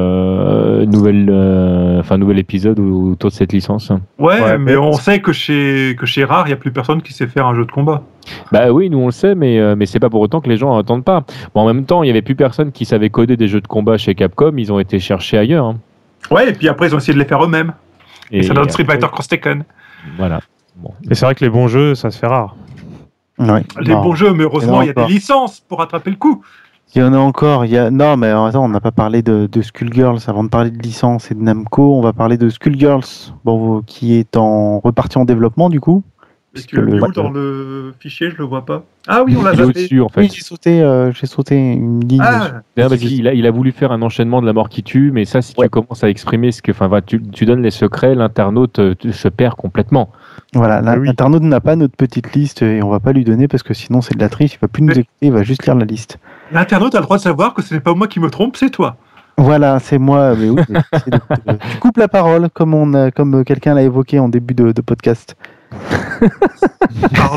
S3: nouvel épisode autour de cette licence.
S4: Ouais, mais on sait que chez Rare, il n'y a plus personne qui sait faire un jeu de combat.
S3: Bah oui, nous on le sait, mais c'est pas pour autant que les gens n'entendent pas. Bon, en même temps, il y avait plus personne qui savait coder des jeux de combat chez Capcom. Ils ont été cherchés ailleurs. Hein.
S4: Ouais, et puis après ils ont essayé de les faire eux-mêmes. Et ça donne Street Fighter Cross Tekken.
S3: Voilà. Bon.
S2: Et c'est vrai que les bons jeux, ça se fait rare.
S1: Ouais.
S4: Les bons jeux, mais heureusement, il y a des licences pour rattraper le coup.
S1: Il y en a encore. Non, mais attends, on n'a pas parlé de Skullgirls. Avant de parler de licence et de Namco, on va parler de Skullgirls, qui est reparti en développement du coup.
S4: Est-ce que dans le fichier, je le vois pas. Ah oui, on l'a zappé.
S3: Dessus, en fait.
S1: Oui, j'ai sauté une ligne.
S3: Il a voulu faire un enchaînement de la mort qui tue, mais ça, si tu commences à exprimer tu donnes les secrets, l'internaute se perd complètement.
S1: Voilà, l'internaute n'a pas notre petite liste et on va pas lui donner parce que sinon c'est de la triche, il va plus nous écouter, il va juste lire la liste.
S4: L'internaute a le droit de savoir que ce n'est pas moi qui me trompe, c'est toi.
S1: Voilà, c'est moi. Mais oui, tu coupes la parole comme quelqu'un l'a évoqué en début de podcast.
S4: Pardon.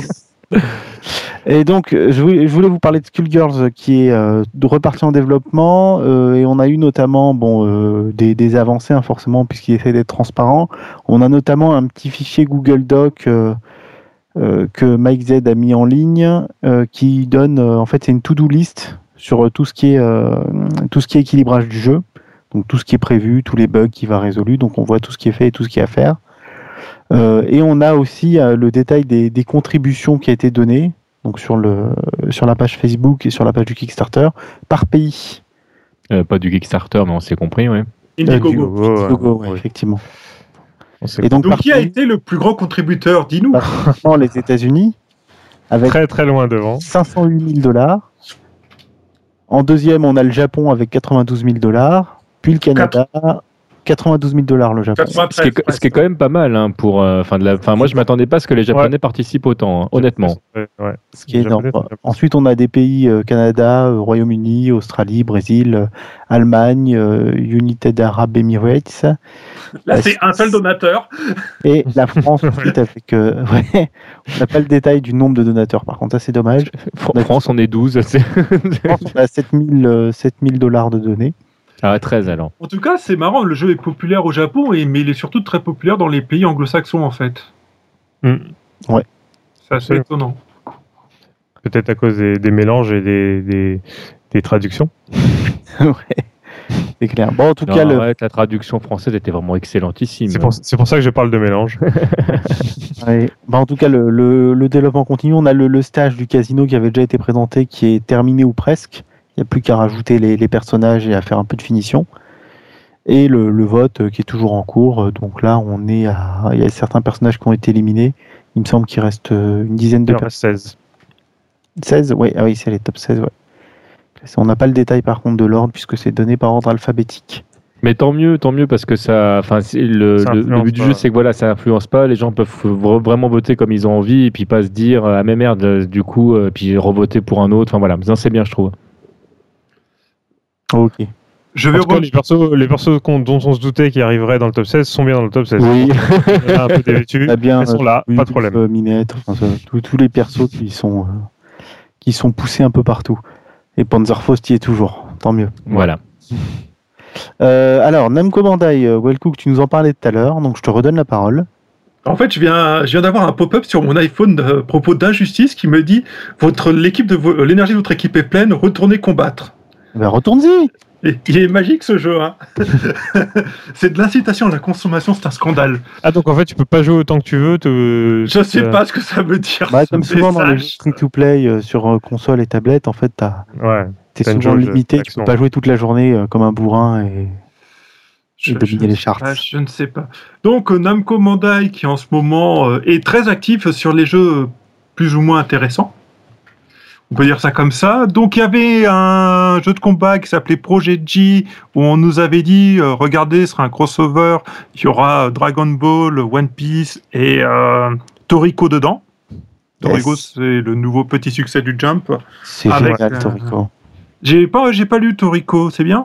S1: Et donc, je voulais vous parler de Skullgirls qui est reparti en développement et on a eu notamment des avancées forcément puisqu'il essaie d'être transparent. On a notamment un petit fichier Google Doc que Mike Z a mis en ligne qui donne en fait c'est une to-do list sur tout ce qui est équilibrage du jeu, donc tout ce qui est prévu, tous les bugs qui va résolus, donc on voit tout ce qui est fait et tout ce qui est à faire. Et on a aussi le détail des contributions qui a été données, donc sur la page Facebook et sur la page du Kickstarter, par pays.
S3: Pas du Kickstarter, mais on s'est compris, oui.
S4: Indiegogo,
S1: effectivement.
S4: Et donc qui a été le plus grand contributeur, dis-nous?
S1: Les États-Unis, avec
S2: très très loin devant.
S1: $508 000. En deuxième, on a le Japon avec $92 000, puis le Canada. $92 000 le Japon.
S3: Ce qui est quand même pas mal pour. Moi, je m'attendais pas à ce que les Japonais participent autant, honnêtement.
S1: Ce qui est énorme. Ensuite, on a des pays Canada, Royaume-Uni, Australie, Brésil, Allemagne, United Arab Emirates.
S4: Là, c'est un seul donateur. Et
S1: la France ensuite avec. On n'a pas le détail du nombre de donateurs. Par contre, ça c'est dommage.
S3: France, on est 12.
S1: France, on a $7 000 de données.
S3: Ah, 13 alors.
S4: En tout cas, c'est marrant, le jeu est populaire au Japon, mais il est surtout très populaire dans les pays anglo-saxons, en fait.
S1: Ouais.
S4: C'est assez étonnant.
S2: Peut-être à cause des mélanges et des traductions.
S1: Ouais, c'est clair. Bon, en tout cas,
S3: la traduction française était vraiment excellentissime.
S2: C'est pour ça que je parle de mélange.
S1: Ouais. En tout cas, le développement continue. On a le stage du casino qui avait déjà été présenté, qui est terminé ou presque. Il n'y a plus qu'à rajouter les personnages et à faire un peu de finition. Et le vote qui est toujours en cours. Donc là, il y a certains personnages qui ont été éliminés. Il me semble qu'il reste une dizaine de personnes. 16 oui, c'est les top 16. Ouais. On n'a pas le détail par contre de l'ordre puisque c'est donné par ordre alphabétique.
S3: Mais tant mieux parce que le but du jeu, c'est que ça influence pas. Les gens peuvent vraiment voter comme ils ont envie et puis pas se dire mais merde, du coup, puis revoter pour un autre. Enfin voilà, c'est bien, je trouve.
S1: Ok.
S2: Les persos dont on se doutait qu'ils arriveraient dans le top 16 sont bien dans le top 16.
S1: Oui.
S2: Un peu dévêtus, ils sont là, pas de problème.
S1: Minette, tous les persos qui sont poussés un peu partout. Et Panzerfaust y est toujours, tant mieux.
S3: Voilà.
S1: Alors, Namco Bandai, Wellcook, tu nous en parlais tout à l'heure, donc je te redonne la parole.
S4: En fait, je viens d'avoir un pop-up sur mon iPhone à propos d'Injustice qui me dit l'énergie de votre équipe est pleine, retournez combattre.
S1: Ben, retourne-y.
S4: Il est magique ce jeu, hein. C'est de l'incitation à la consommation, c'est un scandale.
S2: Ah donc en fait tu peux pas jouer autant que tu veux.
S4: Je sais pas ce que ça veut dire.
S1: Comme souvent dans les jeux free-to-play sur console et tablette, en fait t'es souvent limité, tu peux pas jouer toute la journée comme un bourrin et dominer les charts.
S4: Je ne sais pas. Donc Namco Bandai qui en ce moment est très actif sur les jeux plus ou moins intéressants. On peut dire ça comme ça. Donc il y avait un jeu de combat qui s'appelait Project G où on nous avait dit regardez, ce sera un crossover, il y aura Dragon Ball, One Piece et Toriko dedans. Toriko, c'est le nouveau petit succès du Jump.
S1: C'est génial, Toriko.
S4: J'ai pas lu Toriko, c'est bien?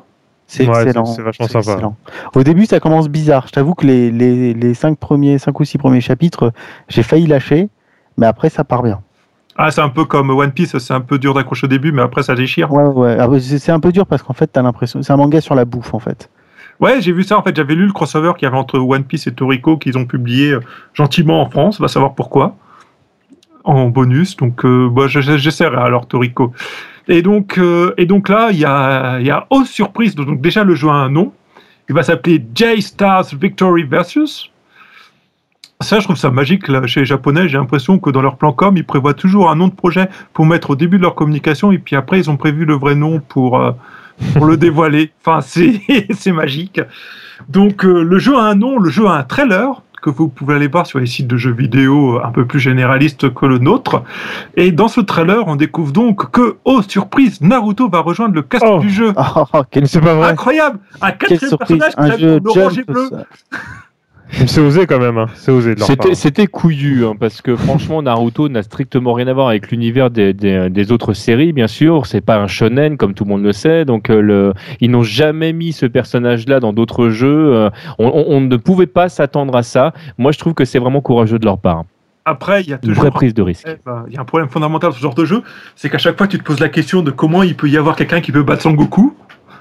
S1: C'est excellent.
S2: C'est vachement sympa.
S1: Excellent. Au début, ça commence bizarre. Je t'avoue que les 5 ou 6 premiers chapitres, j'ai failli lâcher, mais après, ça part bien.
S4: Ah, c'est un peu comme One Piece, c'est un peu dur d'accrocher au début, mais après, ça déchire.
S1: Ouais. Ah, c'est un peu dur parce qu'en fait, t'as l'impression. C'est un manga sur la bouffe, en fait.
S4: Ouais, j'ai vu ça. En fait, j'avais lu le crossover qu'il y avait entre One Piece et Toriko qu'ils ont publié gentiment en France. On va savoir pourquoi. En bonus. Donc, j'essaierai alors Toriko. Et donc là, il y a oh surprise. Donc déjà, le jeu a un nom. Il va s'appeler J-Stars Victory Versus. Ça, je trouve ça magique là, chez les Japonais. J'ai l'impression que dans leur plan com, ils prévoient toujours un nom de projet pour mettre au début de leur communication, et puis après, ils ont prévu le vrai nom pour le dévoiler. Enfin, c'est magique. Donc, le jeu a un nom, le jeu a un trailer que vous pouvez aller voir sur les sites de jeux vidéo un peu plus généralistes que le nôtre. Et dans ce trailer, on découvre donc que, oh surprise, Naruto va rejoindre le cast du jeu.
S2: C'est pas vrai.
S4: Incroyable. Un quatrième personnage qui s'appelle orange et bleu.
S2: C'est osé quand même, hein. C'est osé de leur part.
S3: C'était couillu, hein, parce que franchement, Naruto n'a strictement rien à voir avec l'univers des autres séries, bien sûr. C'est pas un shonen, comme tout le monde le sait. Donc, ils n'ont jamais mis ce personnage-là dans d'autres jeux. On ne pouvait pas s'attendre à ça. Moi, je trouve que c'est vraiment courageux de leur part.
S4: Après, il y a toujours
S3: une vraie prise de risque.
S4: Il y a un problème fondamental dans ce genre de jeu, c'est qu'à chaque fois, tu te poses la question de comment il peut y avoir quelqu'un qui peut battre Sangoku.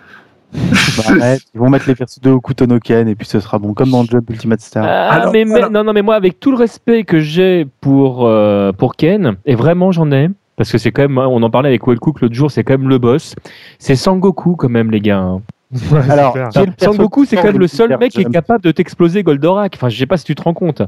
S1: Arrête, ils vont mettre les persos de Hokuto no Ken et puis ce sera bon, comme dans Jump Ultimate Star.
S3: Mais moi, avec tout le respect que j'ai pour Ken, et vraiment j'en ai, parce que c'est quand même, on en parlait avec Wellcook l'autre jour, c'est quand même le boss. C'est Sangoku quand même, les gars.
S2: Ouais,
S3: alors, Sangoku, c'est quand même le seul mec qui est capable de t'exploser Goldorak. Enfin, je sais pas si tu te rends compte.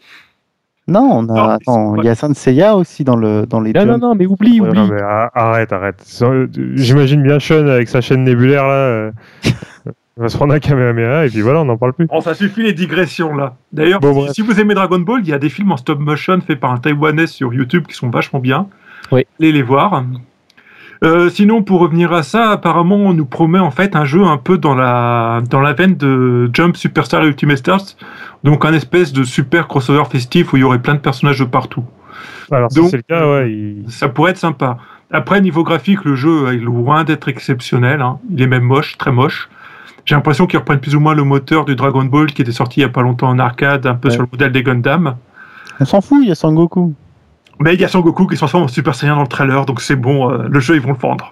S1: Non, il y a Saint Seiya aussi dans les deux.
S3: Non, mais oublie.
S2: Non, mais arrête. J'imagine bien Sean avec sa chaîne nébulaire là. On va se prendre un Kamehameha et puis voilà, on n'en parle plus.
S4: Oh, ça suffit les digressions là. D'ailleurs, si vous aimez Dragon Ball, il y a des films en stop motion faits par un Taïwanais sur YouTube qui sont vachement bien.
S3: Oui.
S4: Allez les voir. Sinon, pour revenir à ça, apparemment, on nous promet en fait un jeu un peu dans la veine de Jump Superstar et Ultimate Stars, donc un espèce de super crossover festif où il y aurait plein de personnages de partout.
S2: Alors
S4: donc,
S2: si c'est le cas, ouais,
S4: ça pourrait être sympa. Après, niveau graphique, le jeu est loin d'être exceptionnel. Hein. Il est même moche, très moche. J'ai l'impression qu'ils reprennent plus ou moins le moteur du Dragon Ball qui était sorti il y a pas longtemps en arcade, un peu sur le modèle des Gundam.
S1: On s'en fout, il y a Sangoku.
S4: Mais il y a Sangoku qui se transforme en Super Saiyan dans le trailer, donc c'est bon, le jeu, ils vont le vendre.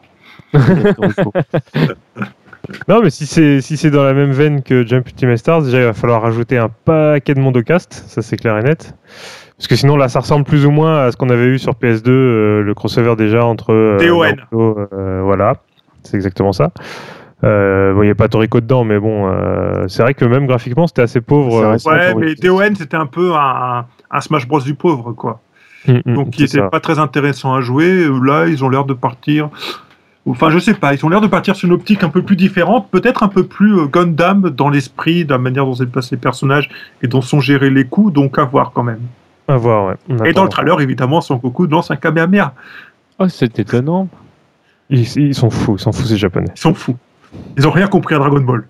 S2: Non, mais si c'est dans la même veine que Jump Ultimate Stars, déjà il va falloir rajouter un paquet de monde au cast, ça c'est clair et net. Parce que sinon là ça ressemble plus ou moins à ce qu'on avait eu sur PS2, le crossover déjà entre
S4: TON.
S2: Voilà, c'est exactement ça. Il n'y a pas Toriko dedans, mais bon, c'est vrai que même graphiquement c'était assez pauvre.
S4: Ouais, mais TON c'était un peu un Smash Bros du pauvre, quoi. Donc il n'était pas très intéressant à jouer. Là, ils ont l'air de partir. Enfin, je sais pas. Ils ont l'air de partir sur une optique un peu plus différente, peut-être un peu plus Gundam dans l'esprit, de la manière dont c'est passé les personnages et dont sont gérés les coups. Donc à voir quand même.
S2: À voir, ouais.
S4: Et dans le trailer, évidemment, Sangoku lance un Kamehameha.
S3: Oh, c'est étonnant.
S2: Ils sont fous ces Japonais.
S4: Ils sont fous. Ils ont rien compris à Dragon Ball.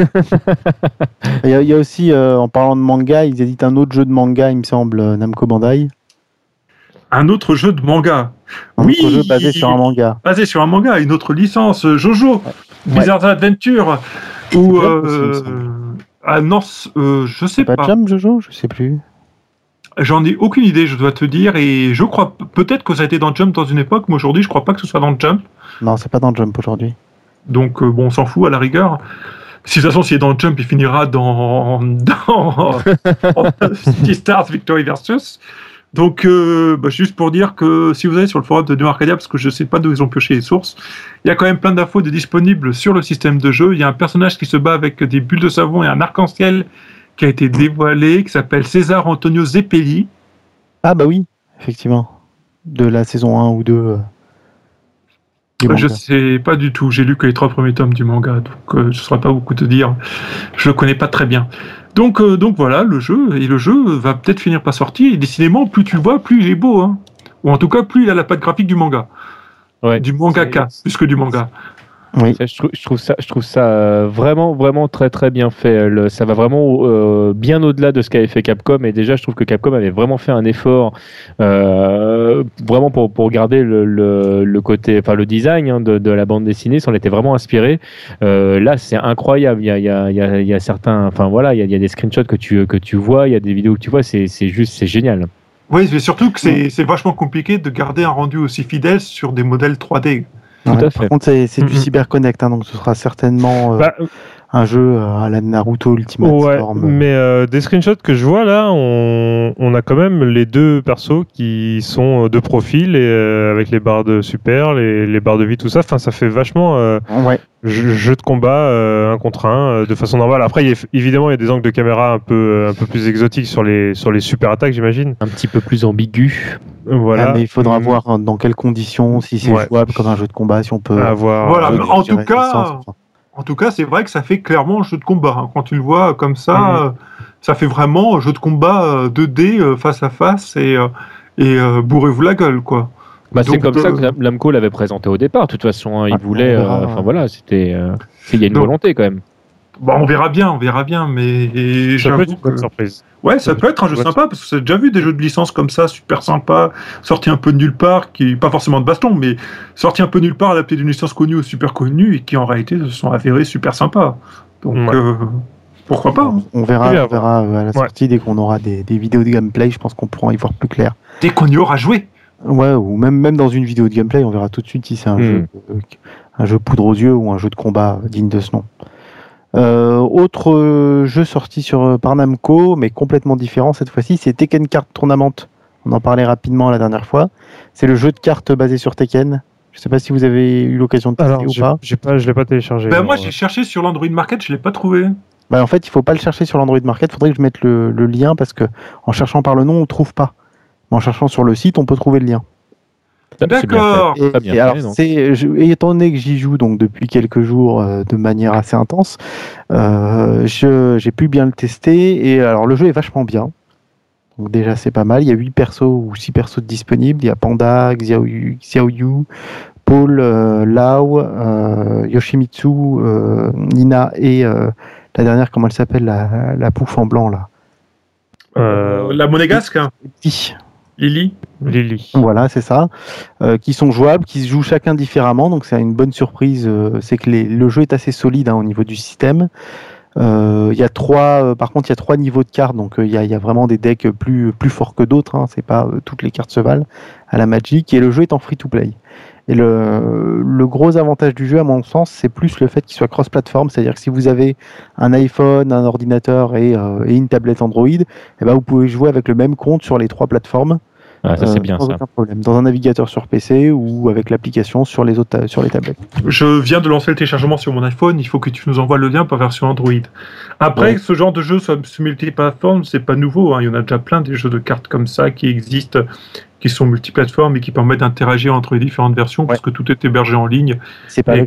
S1: Il y a aussi, en parlant de manga, ils éditent un autre jeu de manga, il me semble, Namco Bandai.
S4: Un autre jeu de manga.
S1: Autre jeu basé sur un manga.
S4: Basé sur un manga, une autre licence, Jojo, Bizarre Adventure, ou je sais pas.
S1: Jump Jojo, je sais plus.
S4: J'en ai aucune idée, je dois te dire, et je crois peut-être que ça a été dans Jump dans une époque, mais aujourd'hui, je crois pas que ce soit dans Jump.
S1: Non, c'est pas dans Jump aujourd'hui.
S4: Donc bon, on s'en fout à la rigueur. Si de toute façon, s'il est dans Jump, il finira dans Stars Victory Versus. Donc, juste pour dire que si vous allez sur le forum de Neo Arcadia, parce que je ne sais pas d'où ils ont pioché les sources, il y a quand même plein d'infos disponibles sur le système de jeu. Il y a un personnage qui se bat avec des bulles de savon et un arc-en-ciel qui a été dévoilé, qui s'appelle César Antonio Zeppeli.
S1: Ah bah oui, effectivement. De la saison 1 ou 2.
S4: Je sais pas du tout. J'ai lu que les 3 premiers tomes du manga, donc je ne saurais pas beaucoup te dire. Je le connais pas très bien. Donc voilà, le jeu va peut-être finir par sortir. Et décidément, plus tu le vois, plus il est beau. Hein. Ou en tout cas, plus il a la patte graphique du manga.
S3: Ouais,
S4: du mangaka, plus que du manga.
S1: Oui.
S3: Ça, je trouve ça vraiment, vraiment très, très bien fait. Ça va vraiment bien au-delà de ce qu'avait fait Capcom. Et déjà, je trouve que Capcom avait vraiment fait un effort vraiment pour garder le côté, enfin le design de la bande dessinée. S'en était vraiment inspiré. Là, c'est incroyable. Il y a certains, enfin voilà, il y a des screenshots que tu vois, il y a des vidéos que tu vois. C'est génial.
S4: Oui, mais surtout que c'est vachement compliqué de garder un rendu aussi fidèle sur des modèles 3D.
S3: Tout à
S1: Par
S3: fait.
S1: contre, c'est du CyberConnect, donc ce sera certainement un jeu à la Naruto Ultimate Storm.
S2: Mais des screenshots que je vois là, on a quand même les deux persos qui sont de profil et avec les barres de super, les barres de vie, tout ça. Enfin, ça fait vachement jeu de combat 1 contre 1 de façon normale. Après, évidemment, il y a des angles de caméra un peu plus exotiques sur les super attaques, j'imagine.
S3: Un petit peu plus ambigu.
S1: Voilà. Mais il faudra voir dans quelles conditions, si c'est jouable comme un jeu de combat, si on peut
S2: avoir.
S4: Voilà, mais en tout cas, c'est vrai que ça fait clairement jeu de combat. Hein. Quand tu le vois comme ça, ça fait vraiment jeu de combat 2D face à face et bourrez-vous la gueule, quoi.
S3: Bah, c'est comme ça que Namco l'avait présenté au départ. De toute façon, il voulait. Enfin voilà, c'était. Il y a une volonté quand même.
S4: Bon, on verra bien, mais
S2: ça peut être une bonne surprise.
S4: Ouais, ça peut être un jeu sympa parce que j'ai déjà vu des jeux de licence comme ça, super sympa, sortis un peu de nulle part, qui pas forcément de baston, mais sortis un peu de nulle part, adaptés d'une licence connue ou super connue et qui en réalité se sont avérés super sympas. Donc pourquoi pas. Hein.
S1: On verra à la sortie dès qu'on aura des vidéos de gameplay. Je pense qu'on pourra y voir plus clair.
S4: Dès qu'on y aura joué.
S1: Ouais, ou même dans une vidéo de gameplay, on verra tout de suite si c'est un jeu poudre aux yeux ou un jeu de combat digne de ce nom. Autre jeu sorti par Namco, mais complètement différent cette fois-ci, c'est Tekken Card Tournament. On en parlait rapidement la dernière fois. C'est le jeu de cartes basé sur Tekken. Je sais pas si vous avez eu l'occasion de tester ou pas.
S2: Je l'ai pas téléchargé.
S4: Moi, j'ai cherché sur l'Android Market, je l'ai pas trouvé.
S1: En fait, il faut pas le chercher sur l'Android Market. Faudrait que je mette le lien parce que en cherchant par le nom, on trouve pas. Mais en cherchant sur le site, on peut trouver le lien.
S4: D'accord.
S1: Et étant donné que j'y joue donc depuis quelques jours de manière assez intense, j'ai pu bien le tester. Et alors le jeu est vachement bien. Donc déjà c'est pas mal. Il y a 8 persos ou 6 persos disponibles. Il y a Panda, Xiaoyu, Paul, Lao, Yoshimitsu, Nina et la dernière, comment elle s'appelle, la pouffe en blanc là.
S4: La monégasque. Lily.
S1: Voilà, c'est ça. Qui sont jouables, qui se jouent chacun différemment, donc c'est une bonne surprise. C'est que le jeu est assez solide au niveau du système. Par contre, il y a 3 niveaux de cartes, donc il y a vraiment des decks plus forts que d'autres. C'est pas toutes les cartes se valent à la Magic, et le jeu est en free-to-play. Et le gros avantage du jeu, à mon sens, c'est plus le fait qu'il soit cross-platform, c'est-à-dire que si vous avez un iPhone, un ordinateur et une tablette Android, vous pouvez jouer avec le même compte sur les 3 plateformes.
S3: Ça c'est bien
S1: sans aucun problème. Dans un navigateur sur PC ou avec l'application sur les tablettes.
S4: Je viens de lancer le téléchargement sur mon iPhone, il faut que tu nous envoies le lien pour version Android. Après, ce genre de jeu sur multiplateforme, c'est pas nouveau. Il y en a déjà plein des jeux de cartes comme ça qui existent, qui sont multiplateformes et qui permettent d'interagir entre les différentes versions parce que tout est hébergé en ligne.
S1: C'est pas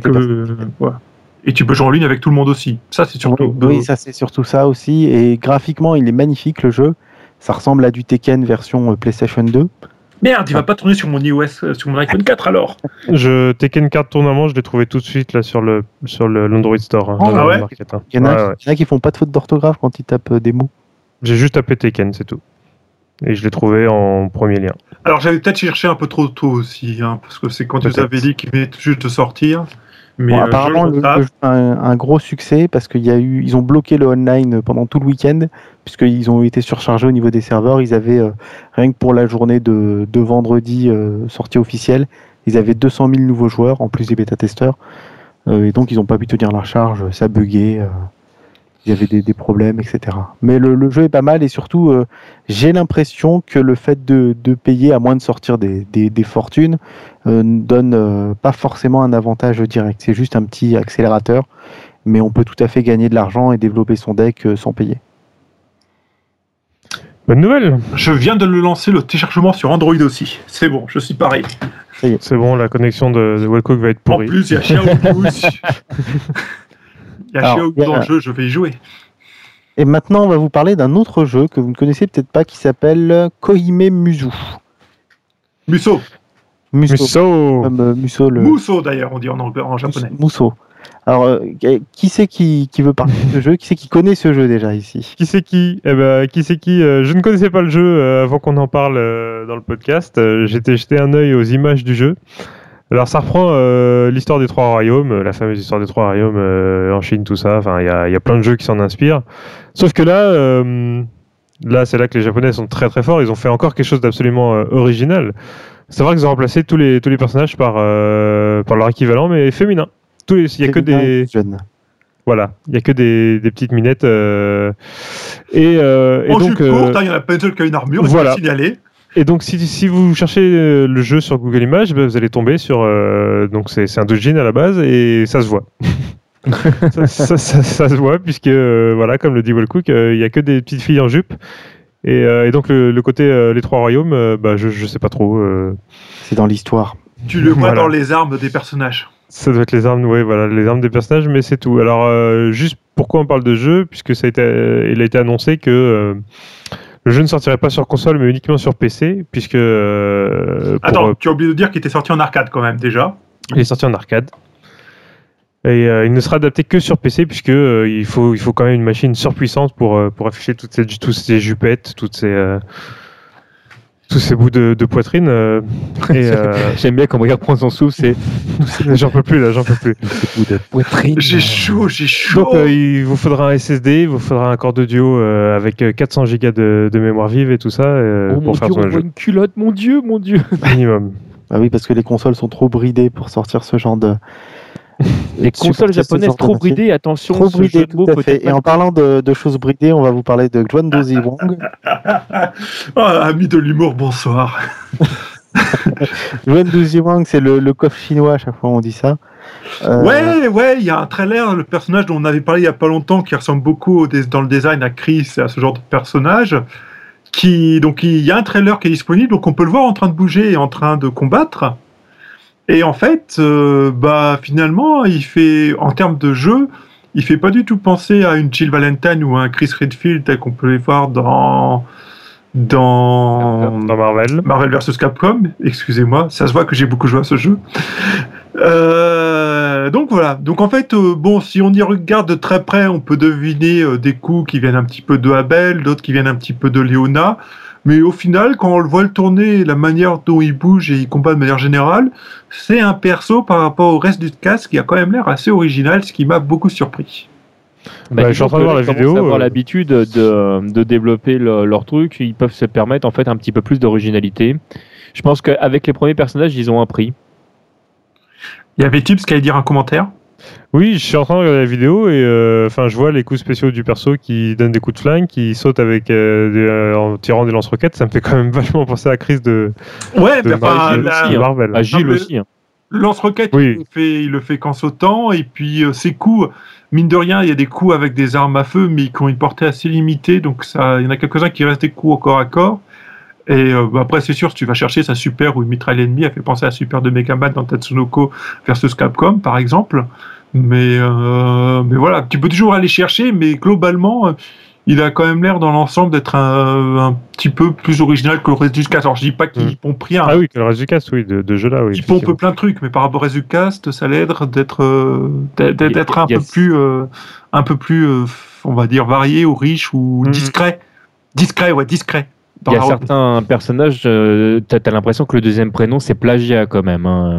S4: et tu peux jouer en ligne avec tout le monde aussi. Ça, c'est surtout.
S1: Oui, ça c'est surtout ça aussi. Et graphiquement, il est magnifique le jeu. Ça ressemble à du Tekken version PlayStation 2.
S4: Merde, il va pas tourner sur mon iOS, sur mon iPhone 4 alors.
S2: Tekken Card Tournament, je l'ai trouvé tout de suite là sur l'Android Store.
S1: Market, Il y en a qui font pas de faute d'orthographe quand ils tapent des mots.
S2: J'ai juste tapé Tekken, c'est tout. Et je l'ai trouvé en premier lien.
S4: Alors j'avais peut-être cherché un peu trop tôt aussi, parce que c'est quand ils avaient dit qu'ils venaient juste de sortir. Mais
S1: apparemment, le jeu a un gros succès parce ils ont bloqué le online pendant tout le week-end puisqu'ils ont été surchargés au niveau des serveurs. Ils avaient, rien que pour la journée de vendredi sortie officielle, ils avaient 200 000 nouveaux joueurs en plus des bêta-testeurs. Et donc ils n'ont pas pu tenir la charge, ça buguait, il y avait des problèmes, etc. Mais le jeu est pas mal et surtout, j'ai l'impression que le fait de payer, à moins de sortir des fortunes, donne pas forcément un avantage direct. C'est juste un petit accélérateur, mais on peut tout à fait gagner de l'argent et développer son deck sans payer.
S2: Bonne nouvelle.
S4: Je viens de le lancer, le téléchargement sur Android aussi. C'est bon, je suis pareil.
S2: C'est bon, la connexion de Wellcook va être pourrie.
S4: En plus, il y a Xiaoyu. Il y a Xiaoyu dans le jeu, je vais y jouer.
S1: Et maintenant, on va vous parler d'un autre jeu que vous ne connaissez peut-être pas qui s'appelle Kohime Musu.
S4: Muso.
S2: Musso.
S1: Comme Musso,
S4: Musso d'ailleurs, on dit en japonais.
S1: Musso. Alors, qui c'est qui veut parler de ce jeu? Qui c'est qui connaît ce jeu déjà ici?
S2: Qui c'est qui? Je ne connaissais pas le jeu avant qu'on en parle dans le podcast. J'étais jeté un œil aux images du jeu. Alors ça reprend l'histoire des Trois Royaumes, la fameuse histoire des Trois Royaumes en Chine, tout ça. Enfin, il y a plein de jeux qui s'en inspirent. Sauf que là, c'est là que les Japonais sont très très forts. Ils ont fait encore quelque chose d'absolument original. C'est vrai qu'ils ont remplacé tous les personnages par leur équivalent, mais féminin. Il y a que des
S1: jeunes.
S2: Voilà, il y a que des petites minettes
S4: en
S2: donc
S4: jupe courte, il y en a pas une seule qui a une armure,
S2: voilà.
S4: Il faut signaler.
S2: Et donc si vous cherchez le jeu sur Google Images, vous allez tomber sur donc c'est un doujin à la base et ça se voit. ça se voit puisque voilà, comme le dit Wellcook, il y a que des petites filles en jupe et donc le côté les Trois Royaumes, je sais pas trop.
S1: C'est dans l'histoire.
S4: Tu le vois dans les armes des personnages.
S2: Ça doit être les armes, les armes des personnages, mais c'est tout. Alors, juste pourquoi on parle de jeu, puisque il a été annoncé que le jeu ne sortirait pas sur console, mais uniquement sur PC, puisque...
S4: Attends, tu as oublié de dire qu'il était sorti en arcade quand même, déjà.
S2: Il est sorti en arcade. Et il ne sera adapté que sur PC, puisque il faut quand même une machine surpuissante pour afficher toutes ces jupettes, tous ces bouts de poitrine.
S3: J'aime bien quand Briard prend son souffle, c'est...
S2: J'en peux plus.
S3: Ces bouts de poitrine.
S4: J'ai chaud.
S2: Donc il vous faudra un SSD, il vous faudra un corps d'audio avec 400 Go de mémoire vive et tout ça pour faire
S3: tourner le jeu. Une culotte, mon Dieu.
S2: Minimum.
S1: Ah oui, parce que les consoles sont trop bridées pour sortir ce genre de...
S3: Les consoles japonaises trop bridées, attention,
S1: trop bridées, tout à fait. Et en parlant de choses bridées, on va vous parler de Xuan Dozi Wang.
S4: Ami de l'humour, bonsoir.
S1: Xuan Dozi Wang, c'est le coffre chinois, à chaque fois on dit ça.
S4: Ouais, il y a un trailer, le personnage dont on avait parlé il y a pas longtemps, qui ressemble beaucoup dans le design à Chris et à ce genre de personnage. Donc il y a un trailer qui est disponible, donc on peut le voir en train de bouger et en train de combattre. Et en fait, finalement, en termes de jeu, il fait pas du tout penser à une Jill Valentine ou à un Chris Redfield tel qu'on peut les voir dans Marvel vs Capcom. Excusez-moi, ça se voit que j'ai beaucoup joué à ce jeu. Donc voilà. Donc en fait, si on y regarde de très près, on peut deviner des coups qui viennent un petit peu de Abel, d'autres qui viennent un petit peu de Leona. Mais au final, quand on le voit le tourner, la manière dont il bouge et il combat de manière générale, c'est un perso par rapport au reste du cast qui a quand même l'air assez original, ce qui m'a beaucoup surpris.
S2: Je suis en train de voir la vidéo.
S3: Ils avoir l'habitude de développer leur truc, ils peuvent se permettre en fait un petit peu plus d'originalité. Je pense qu'avec les premiers personnages, ils ont un prix.
S4: Il y avait Tips qui allait dire un commentaire.
S2: Oui, je suis en train de regarder la vidéo et je vois les coups spéciaux du perso qui donne des coups de flingue, qui saute avec en tirant des lance-roquettes. Ça me fait quand même vachement penser à Chris de Marvel.
S3: À Gilles aussi.
S4: Lance-roquette,
S2: oui.
S4: il le fait qu'en sautant, et puis ses coups, mine de rien, il y a des coups avec des armes à feu, mais qui ont une portée assez limitée, donc il y en a quelques-uns qui restent des coups au corps à corps. Et après, c'est sûr, si tu vas chercher sa super ou une mitraille ennemie, elle fait penser à la super de Megaman dans Tatsunoko versus Capcom, par exemple. Mais voilà, tu peux toujours aller chercher, mais globalement, il a quand même l'air dans l'ensemble d'être un petit peu plus original que le reste du cast. Alors, je dis pas qu'il pompe rien.
S2: Ah oui, que le reste du cast, oui, de jeu-là, oui.
S4: Il pompe plein de trucs, mais par rapport au reste du cast, ça l'aide d'être un peu plus, on va dire, varié ou riche ou discret. Discret.
S3: Il y a certains personnages, t'as l'impression que le deuxième prénom c'est plagiat quand même. Hein.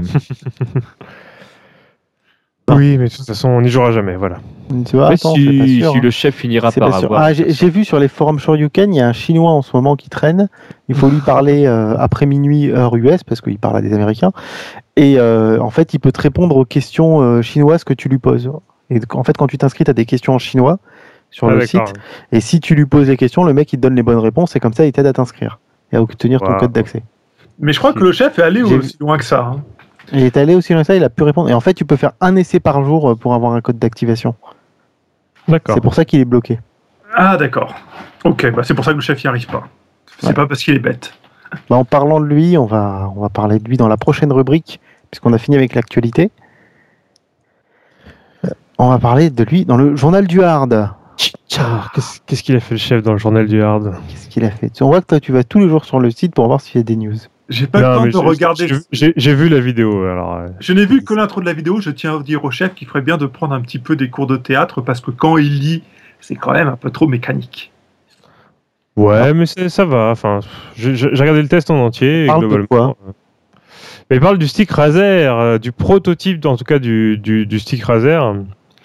S2: Oui, mais de toute façon, on n'y jouera jamais, voilà.
S1: Tu vois, attends,
S3: si le chef finira par avoir...
S1: j'ai vu sur les forums Shoryuken, il y a un Chinois en ce moment qui traîne. Il faut lui parler après minuit heure US, parce qu'il parle à des Américains. Et en fait, il peut te répondre aux questions chinoises que tu lui poses. Et en fait, quand tu t'inscris, tu as des questions en chinois sur le site. Et si tu lui poses des questions, le mec, il te donne les bonnes réponses. Et comme ça, il t'aide à t'inscrire et à obtenir ton code d'accès.
S4: Mais je crois que le chef est allé aussi loin que ça. Hein.
S1: Il est allé aussi loin que ça, il a pu répondre. Et en fait, tu peux faire un essai par jour pour avoir un code d'activation.
S2: D'accord.
S1: C'est pour ça qu'il est bloqué.
S4: Ah, d'accord. Ok, c'est pour ça que le chef n'y arrive pas. C'est pas parce qu'il est bête.
S1: En parlant de lui, on va parler de lui dans la prochaine rubrique, puisqu'on a fini avec l'actualité. On va parler de lui dans le journal du hard.
S2: Qu'est-ce qu'il a fait le chef dans le journal du hard?
S1: Qu'est-ce qu'il a fait? On voit que toi, tu vas tous les jours sur le site pour voir s'il y a des news.
S4: J'ai pas le temps de regarder.
S2: J'ai vu la vidéo. Alors,
S4: je n'ai vu que l'intro de la vidéo. Je tiens à dire au chef qu'il ferait bien de prendre un petit peu des cours de théâtre parce que quand il lit, c'est quand même un peu trop mécanique.
S2: Ouais, mais ça va. Enfin, j'ai regardé le test en entier. Et globalement,
S1: quoi
S2: mais il parle du stick Razer, du prototype, en tout cas du stick Razer.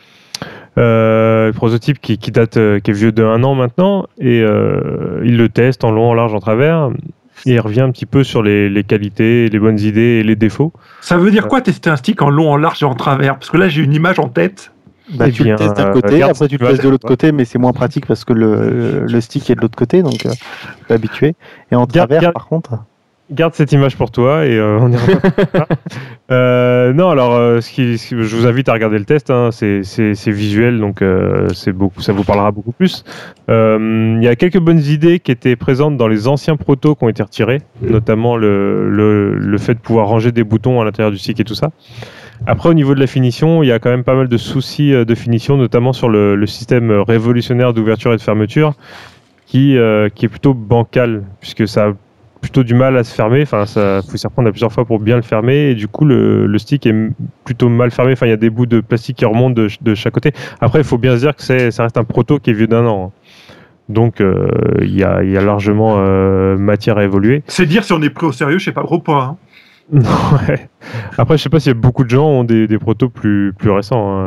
S2: Le prototype qui date, qui est vieux de 1 an maintenant, et il le teste en long, en large, en travers, et il revient un petit peu sur les qualités, les bonnes idées et les défauts.
S4: Ça veut dire quoi tester un stick en long, en large et en travers? Parce que là j'ai une image en tête.
S1: Tu le testes d'un côté, après tu le testes de l'autre côté, mais c'est moins pratique parce que le stick est de l'autre côté, donc je suis habitué. Et en travers, par contre...
S2: Garde cette image pour toi et on ira pas. Non, alors je vous invite à regarder le test. Hein, c'est visuel, donc ça vous parlera beaucoup plus. Il y a quelques bonnes idées qui étaient présentes dans les anciens protos qui ont été retirés, notamment le fait de pouvoir ranger des boutons à l'intérieur du stick et tout ça. Après, au niveau de la finition, il y a quand même pas mal de soucis de finition, notamment sur le système révolutionnaire d'ouverture et de fermeture, qui est plutôt bancal, puisque ça a plutôt du mal à se fermer. Enfin, ça faut s'y reprendre à plusieurs fois pour bien le fermer, et du coup, le stick est plutôt mal fermé. Enfin, il y a des bouts de plastique qui remontent de chaque côté. Après, il faut bien se dire que ça reste un proto qui est vieux d'1 an. Donc, il y a largement matière à évoluer.
S4: C'est dire si on est pris au sérieux, je sais pas gros point.
S2: Ouais. Après, je sais pas si beaucoup de gens ont des protos plus récents.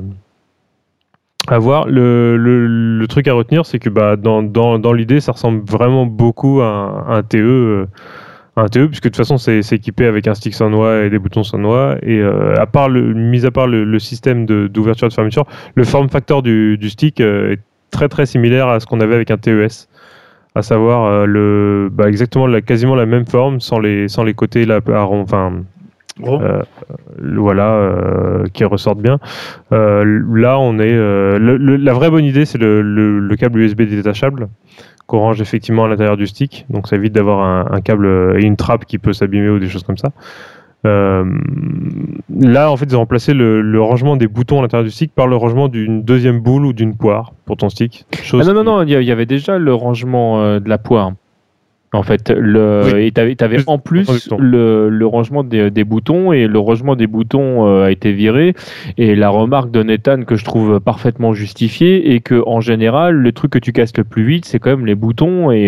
S2: À voir. Le truc à retenir, c'est que dans l'idée, ça ressemble vraiment beaucoup à un TE. Puisque de toute façon, c'est équipé avec un stick sans noix et des boutons sans noix. Et mis à part le système d'ouverture et de fermeture, le form factor du stick est très très similaire à ce qu'on avait avec un TES. À savoir exactement quasiment la même forme, sans les côtés qui ressortent bien. Là, on est la vraie bonne idée, c'est le câble USB détachable qu'on range effectivement à l'intérieur du stick. Donc, ça évite d'avoir un câble et une trappe qui peut s'abîmer ou des choses comme ça. Là, en fait, ils ont remplacé le rangement des boutons à l'intérieur du stick par le rangement d'une deuxième boule ou d'une poire pour ton stick.
S3: Non, il y avait déjà le rangement de la poire. En fait, et t'avais en plus le rangement des boutons, et le rangement des boutons a été viré. Et la remarque de Nathan que je trouve parfaitement justifiée est que en général, le truc que tu casses le plus vite, c'est quand même les boutons et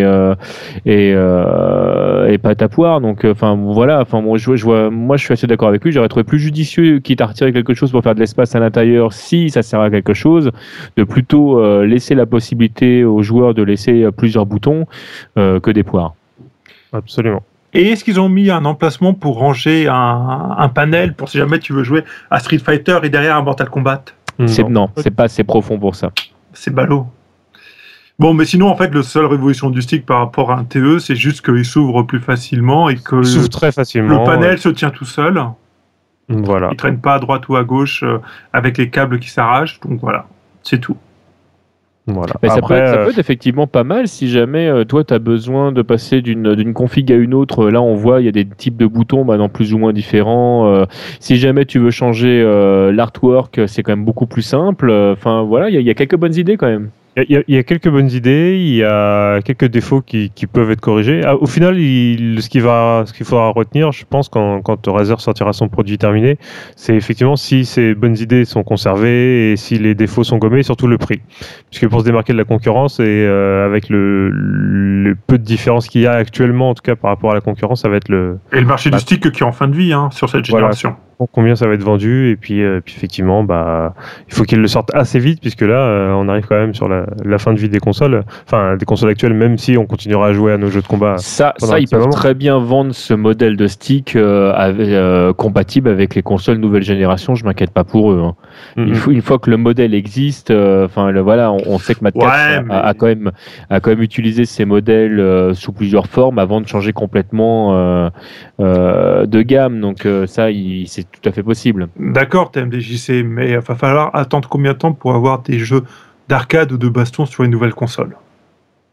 S3: pas ta poire. Donc, voilà. Moi, je suis assez d'accord avec lui. J'aurais trouvé plus judicieux, quitte à retirer quelque chose pour faire de l'espace à l'intérieur, si ça sert à quelque chose, de plutôt laisser la possibilité aux joueurs de laisser plusieurs boutons que des poires.
S2: Absolument.
S4: Et est-ce qu'ils ont mis un emplacement pour ranger un panel pour si jamais tu veux jouer à Street Fighter et derrière un Mortal Kombat?
S3: Non, c'est pas assez profond pour ça.
S4: C'est ballot. Bon, mais sinon, en fait, la seule révolution du stick par rapport à un TE, c'est juste qu'il s'ouvre plus facilement et que
S2: il s'ouvre très facilement,
S4: le panel se tient tout seul.
S2: Voilà.
S4: Il traîne pas à droite ou à gauche avec les câbles qui s'arrachent. Donc voilà, c'est tout.
S2: Voilà.
S3: Mais ça peut être effectivement pas mal si jamais toi tu as besoin de passer d'une config à une autre. Là on voit il y a des types de boutons dans plus ou moins différents. Si jamais tu veux changer l'artwork, c'est quand même beaucoup plus simple. Enfin voilà, il y a quelques bonnes idées quand même.
S2: Il y a quelques bonnes idées, il y a quelques défauts qui peuvent être corrigés. Au final, ce qu'il faudra retenir, je pense, quand Razer sortira son produit terminé, c'est effectivement si ces bonnes idées sont conservées et si les défauts sont gommés, surtout le prix. Puisque pour se démarquer de la concurrence et avec le peu de différence qu'il y a actuellement, en tout cas par rapport à la concurrence, ça va être
S4: Et le marché du stick qui est en fin de vie sur cette génération.
S2: Voilà. Combien ça va être vendu, et puis effectivement il faut qu'ils le sortent assez vite, puisque là on arrive quand même sur la fin de vie des consoles actuelles, même si on continuera à jouer à nos jeux de combat.
S3: Ça ils peuvent très bien vendre ce modèle de stick compatible avec les consoles nouvelle génération, je m'inquiète pas pour eux. Une fois que le modèle existe, on sait que Mad Catz a quand même utilisé ces modèles sous plusieurs formes avant de changer complètement de gamme, donc c'est tout à fait possible.
S4: D'accord, TMDJC, mais il va falloir attendre combien de temps pour avoir des jeux d'arcade ou de baston sur une nouvelle console?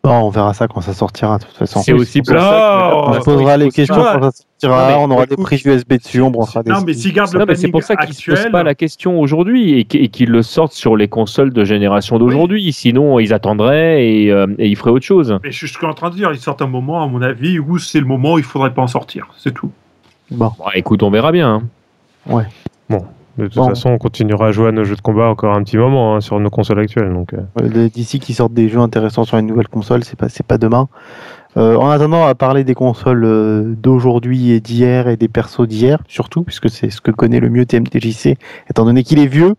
S1: On verra ça quand ça sortira, de toute façon.
S3: C'est aussi pour ça
S1: on se posera les questions quand ça sortira, on aura des prix USB dessus, on brossera des...
S4: Non, mais s'ils gardent le planning
S3: c'est pour ça qu'ils ne se posent
S4: actuel...
S3: pas la question aujourd'hui et qu'ils le sortent sur les consoles de génération d'aujourd'hui. Sinon, ils attendraient et ils feraient autre chose.
S4: Mais je suis en train de dire, ils sortent un moment, à mon avis, où c'est le moment où il ne faudrait pas en sortir. C'est tout.
S3: Bon, écoute, on verra bien.
S1: Ouais.
S2: Bon. De toute façon, on continuera à jouer à nos jeux de combat encore un petit moment sur nos consoles actuelles. Donc,
S1: d'ici qu'ils sortent des jeux intéressants sur une nouvelle console, c'est pas demain. En attendant, on va parler des consoles d'aujourd'hui et d'hier et des persos d'hier, surtout, puisque c'est ce que connaît le mieux TMTJC, étant donné qu'il est vieux.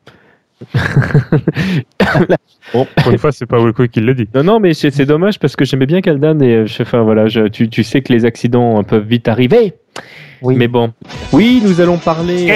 S2: Bon, pour une fois, c'est pas Wilco qui le dit.
S3: Non, mais c'est dommage parce que j'aimais bien Kaldan et tu sais que les accidents peuvent vite arriver. Oui. Mais bon, oui, nous allons parler.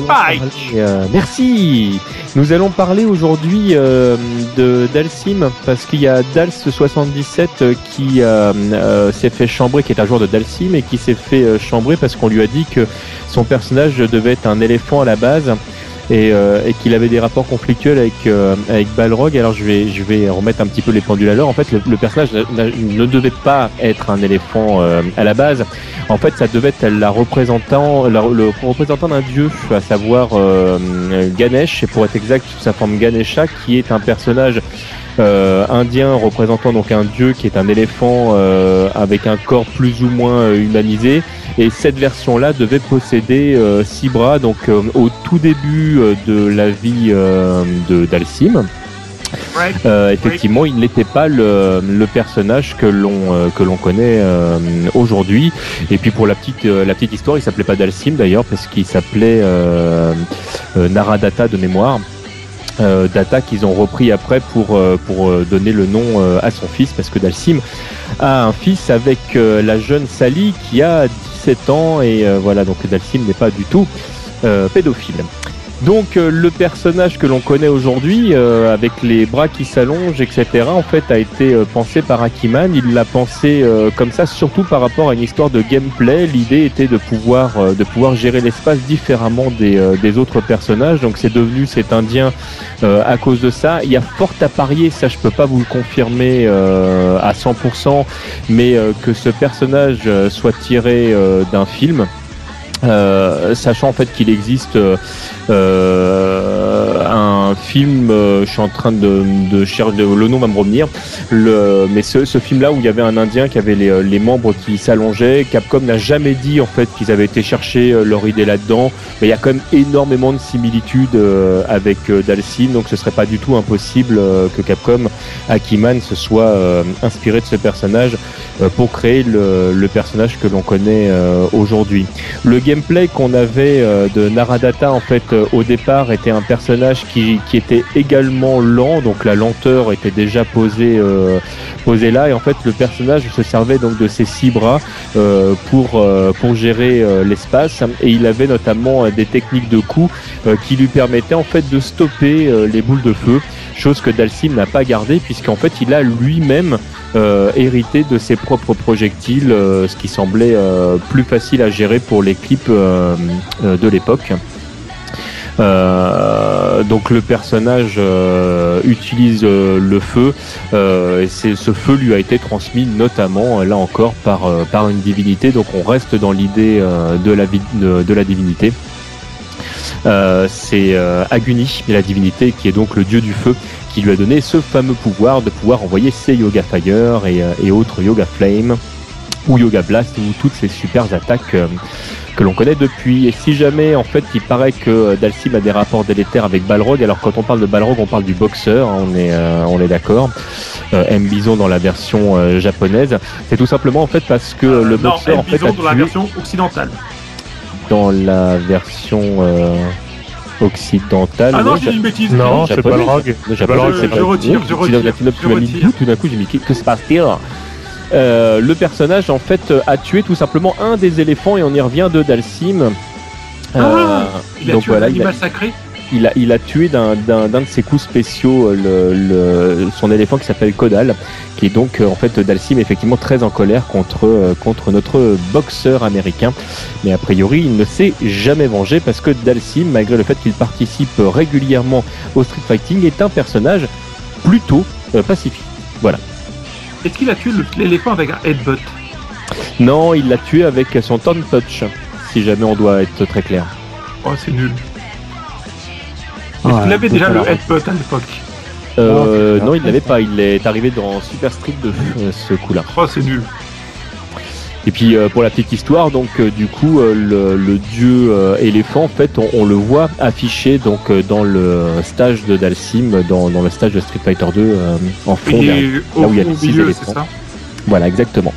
S3: Merci. Nous allons parler aujourd'hui de Dalsim parce qu'il y a Dals77 qui s'est fait chambrer, qui est un joueur de Dalsim et qui s'est fait chambrer parce qu'on lui a dit que son personnage devait être un éléphant à la base. Et qu'il avait des rapports conflictuels avec Balrog. Alors je vais remettre un petit peu les pendules à l'heure. En fait, le personnage ne devait pas être un éléphant à la base. En fait, ça devait être le représentant d'un dieu, à savoir Ganesh, et pour être exact, sous sa forme Ganesha, qui est un personnage indien représentant donc un dieu qui est un éléphant avec un corps plus ou moins humanisé. Et cette version-là devait posséder 6 bras, donc au tout début de la vie de Dalsim. Effectivement, il n'était pas le personnage que l'on connaît aujourd'hui. Et puis pour la petite histoire, il s'appelait pas Dalsim d'ailleurs, parce qu'il s'appelait Naradatta de mémoire. Data qu'ils ont repris après pour donner le nom à son fils, parce que Dalsim a un fils avec la jeune Sally qui a 17 ans et voilà, donc Dalsim n'est pas du tout pédophile. Donc le personnage que l'on connaît aujourd'hui avec les bras qui s'allongent, etc., en fait a été pensé par Akiman. Il l'a pensé comme ça surtout par rapport à une histoire de gameplay. L'idée était de pouvoir gérer l'espace différemment des autres personnages. Donc c'est devenu cet indien à cause de ça. Il y a fort à parier, ça je peux pas vous le confirmer à 100%, mais que ce personnage soit tiré d'un film. Sachant en fait qu'il existe un film, je suis en train de chercher, le nom va me revenir, mais ce film-là où il y avait un Indien qui avait les membres qui s'allongeaient. Capcom n'a jamais dit en fait qu'ils avaient été chercher leur idée là-dedans, mais il y a quand même énormément de similitudes avec Dalsim, donc ce serait pas du tout impossible que Capcom, Akiman, se soit inspiré de ce personnage pour créer le personnage que l'on connaît aujourd'hui. Le gameplay qu'on avait de Naradatta en fait au départ était un personnage qui était également lent, donc la lenteur était déjà posée là, et en fait le personnage se servait donc de ses 6 bras pour gérer l'espace, et il avait notamment des techniques de coups qui lui permettaient en fait de stopper les boules de feu, chose que Dalsim n'a pas gardé puisqu'en fait il a lui-même hérité de ses propres projectiles, ce qui semblait plus facile à gérer pour les clips de l'époque. Donc le personnage utilise le feu, et ce feu lui a été transmis notamment là encore par une divinité, donc on reste dans l'idée de la divinité. C'est Aguni, la divinité qui est donc le dieu du feu, qui lui a donné ce fameux pouvoir de pouvoir envoyer ses Yoga Fire et autres Yoga Flame ou Yoga Blast ou toutes ces super attaques que l'on connaît depuis. Et si jamais en fait il paraît que Dalsim a des rapports délétères avec Balrog, alors quand on parle de Balrog on parle du boxeur, hein, on est d'accord, M. Bison dans la version japonaise, c'est tout simplement en fait parce que le boxeur en fait a
S4: dans la version occidentale.
S3: Dans la version occidentale.
S4: Ah non, j'ai une bêtise.
S2: Non, c'est Balrog.
S4: Je retire.
S3: Tout d'un coup, j'ai mis que se passe-t-il ? Le personnage en fait a tué tout simplement un des éléphants, et on y revient de Dalsim.
S4: Il a tué un animal sacré.
S3: Il a tué d'un de ses coups spéciaux son éléphant qui s'appelle Kodal, qui est donc en fait Dalsim effectivement très en colère contre notre boxeur américain, mais a priori il ne s'est jamais vengé parce que Dalsim, malgré le fait qu'il participe régulièrement au street fighting, est un personnage plutôt pacifique. Voilà.
S4: Est-ce qu'il a tué l'éléphant avec un headbutt?
S3: Non, il l'a tué avec son turn touch, si jamais on doit être très clair.
S4: Oh, c'est nul. Est-ce qu'il avait déjà le headbutt à l'époque?
S3: Non, il l'avait pas. Il est arrivé dans Super Street 2, ce coup-là.
S4: Oh, c'est nul.
S3: Et puis pour la petite histoire, donc du coup le dieu éléphant, en fait, on le voit affiché donc dans le stage de Dalsim, dans le stage de Street Fighter 2 en fond, là où il y a les 6 éléphants.
S4: C'est ça.
S3: Voilà, exactement.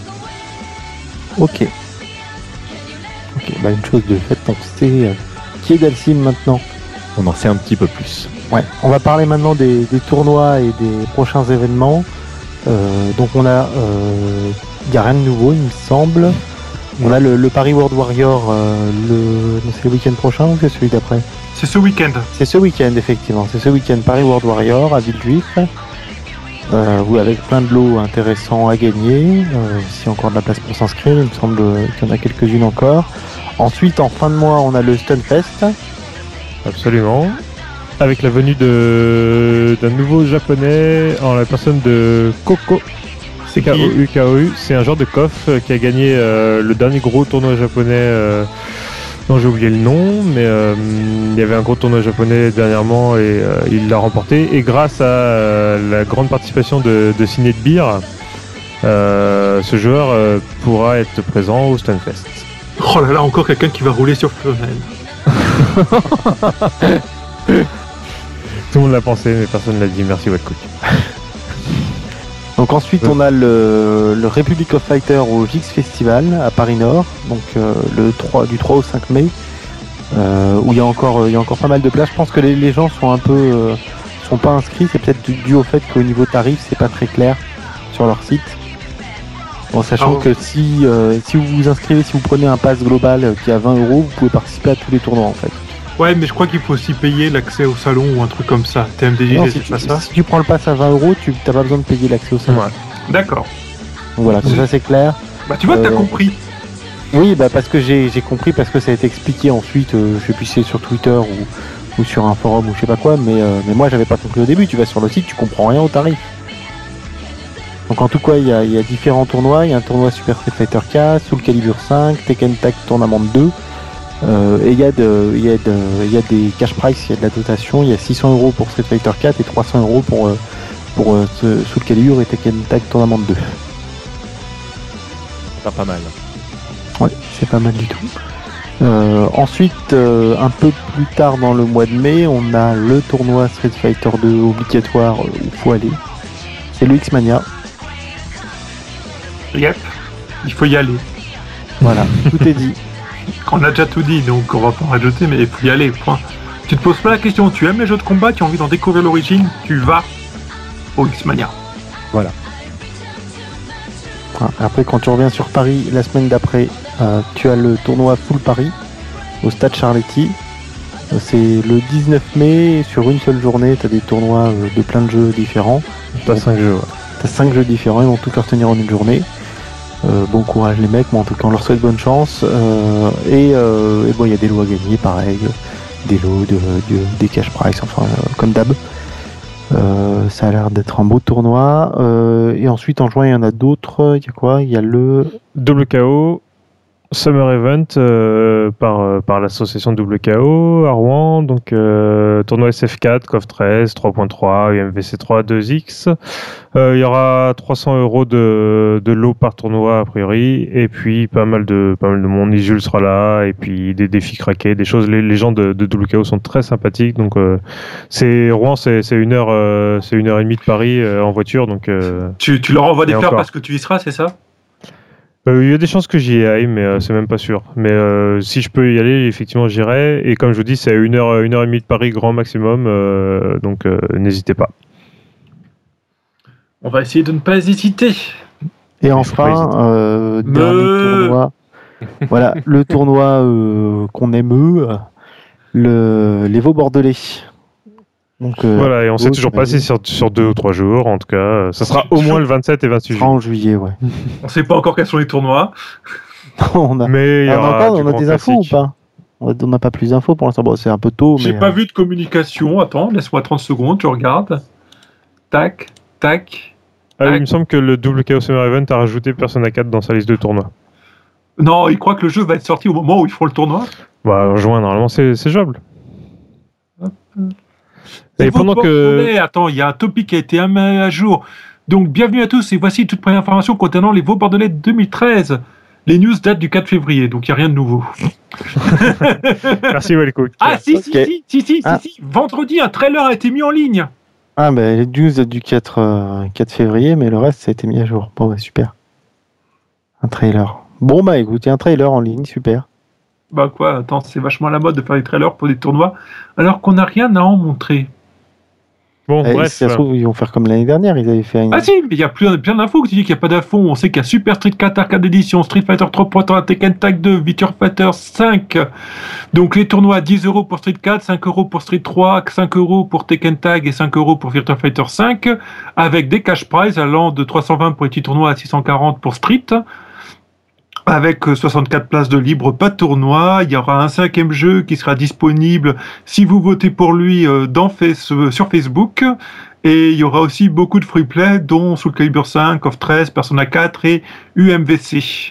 S1: Ok. Bah une chose de fait, on sait qui est Dalsim maintenant.
S3: On en sait un petit peu plus.
S1: Ouais. On va parler maintenant des tournois et des prochains événements. Donc on a il n'y a rien de nouveau, il me semble. On a le Paris World Warrior, c'est le week-end prochain ou c'est celui d'après?
S4: C'est ce week-end.
S1: C'est ce week-end, effectivement. C'est ce week-end Paris World Warrior à Villejuif. Avec plein de lots intéressants à gagner. S'il y a encore de la place pour s'inscrire, il me semble qu'il y en a quelques-unes encore. Ensuite, en fin de mois, on a le Stunfest.
S2: Absolument. Avec la venue d'un nouveau japonais en la personne de Koko. C'est KOU. C'est un genre de KOF qui a gagné le dernier gros tournoi japonais dont j'ai oublié le nom, mais il y avait un gros tournoi japonais dernièrement et il l'a remporté. Et grâce à la grande participation de Ciné de Beer, ce joueur pourra être présent au Stunfest.
S4: Oh là là, encore quelqu'un qui va rouler sur Flonel.
S2: Tout le monde l'a pensé, mais personne ne l'a dit. Merci, Wetcook.
S1: Donc ensuite, on a le Republic of Fighter au GX Festival à Paris Nord, donc du 3 au 5 mai, où il y a encore pas mal de places. Je pense que les gens sont un peu sont pas inscrits. C'est peut-être dû au fait qu'au niveau tarif, c'est pas très clair sur leur site. En sachant que si vous vous inscrivez, si vous prenez un pass global qui est à 20€, vous pouvez participer à tous les tournois en fait.
S4: Ouais, mais je crois qu'il faut aussi payer l'accès au salon ou un truc comme ça. TMDJ, c'est pas ça.
S1: Si tu prends le pass à 20€, tu n'as pas besoin de payer l'accès au salon.
S4: Ouais. D'accord.
S1: Donc voilà, comme ça c'est clair.
S4: Bah tu vois, t'as compris.
S1: Oui, bah parce que j'ai compris, parce que ça a été expliqué ensuite, je sais plus si c'est sur Twitter ou sur un forum ou je sais pas quoi, mais moi j'avais pas compris au début. Tu vas sur le site, tu comprends rien au tarif. Donc en tout cas, il y a différents tournois. Il y a un tournoi Super Street Fighter 4, Soul Calibur 5, Tekken Tag Tournament 2. Et il y a des cash price, il y a de la dotation. Il y a 600€ pour Street Fighter 4 et 300€ pour Soul Calibur et Tekken Tag Tournament 2.
S3: C'est pas mal.
S1: Ouais, c'est pas mal du tout. Ensuite, un peu plus tard dans le mois de mai, on a le tournoi Street Fighter 2 obligatoire où il faut aller. C'est le X-Mania.
S4: Yep, il faut y aller.
S1: Voilà, tout est dit.
S4: On a déjà tout dit, donc on va pas en rajouter, mais il faut y aller, point. Tu te poses pas la question, tu aimes les jeux de combat, tu as envie d'en découvrir l'origine, tu vas au X-Mania.
S1: Voilà. Après, quand tu reviens sur Paris, la semaine d'après, tu as le tournoi Full Paris, au Stade Charletti. C'est le 19 mai, sur une seule journée, tu as des tournois de plein de jeux différents.
S2: T'as 5 jeux, ouais.
S1: T'as 5 jeux différents, ils vont tout faire tenir en une journée. Bon courage les mecs, mais en tout cas on leur souhaite bonne chance. Et bon, il y a des lots à gagner, pareil, des lots, des cash price, enfin comme d'hab. Ça a l'air d'être un beau tournoi. Et ensuite en juin il y en a d'autres. Il y a quoi? Il y a le
S2: Double KO, Summer Event par l'association Double KO à Rouen, donc tournoi SF4, CoF 13, 3.3, UMVC 3, 2X. Il y aura 300€ de lot par tournoi a priori, et puis pas mal de monde. Jules sera là, et puis des défis craqués, des choses. Les gens de Double KO sont très sympathiques, donc Rouen, c'est 1h, c'est 1h30 de Paris en voiture, donc.
S4: Tu leur envoies des fleurs parce que tu y seras, c'est ça?
S2: Il y a des chances que j'y aille, mais c'est même pas sûr. Mais si je peux y aller, effectivement, j'irai. Et comme je vous dis, c'est à 1h30 de Paris, grand maximum. Donc, n'hésitez pas.
S4: On va essayer de ne pas hésiter.
S1: Et enfin, dernier tournoi. Voilà, le tournoi qu'on aime, les Vaux Bordelais. Donc,
S2: voilà, et on s'est toujours passé sur 2 ou 3 jours, en tout cas. Ça sera au moins le 27 et 28 juillet.
S1: En juillet, ouais.
S4: On sait pas encore quels sont les tournois.
S1: on a des infos ou pas? On n'a pas plus d'infos pour l'instant. Bon, c'est un peu tôt.
S4: J'ai pas vu de communication. Attends, laisse-moi 30 secondes, je regarde. Tac, tac.
S2: Ah, il me semble que le double Chaos Summer Event a rajouté Persona 4 dans sa liste de tournois.
S4: Non, il croit que le jeu va être sorti au moment où ils feront le tournoi.
S2: Bah, en juin, normalement, c'est jouable.
S4: Et pendant que... Attends, il y a un topic qui a été mis à jour. Donc, bienvenue à tous et voici toute première information concernant les Vaux Bordelais 2013. Les news datent du 4 février, donc il n'y a rien de nouveau.
S2: Merci, Wellcook.
S4: Ah, si. Vendredi, un trailer a été mis en ligne.
S1: Ah, ben, les news datent du 4 février, mais le reste, ça a été mis à jour. Bon, bah, super. Un trailer. Bon, bah, écoute, il y a un trailer en ligne, super.
S4: Bah, quoi, attends, c'est vachement la mode de faire des trailers pour des tournois, alors qu'on n'a rien à en montrer.
S2: Bon, bref.
S1: Si ça se trouve, ils vont faire comme l'année dernière, ils avaient fait une...
S4: Ah si, mais il y a plein d'infos que tu dis qu'il n'y a pas d'infos. On sait qu'il y a Super Street 4 Arcade Edition, Street Fighter 3 Pro, Tekken Tag 2, Virtua Fighter 5. Donc les tournois, 10€ pour Street 4, 5€ pour Street 3, 5€ pour Tekken Tag et 5€ pour Virtua Fighter 5, avec des cash prizes allant de 320 pour les petits tournois à 640 pour Street. Avec 64 places de libre, pas de tournoi. Il y aura un 5e jeu qui sera disponible si vous votez pour lui sur Facebook. Et il y aura aussi beaucoup de free play, dont Soul Calibur 5, KOF 13, Persona 4 et UMVC.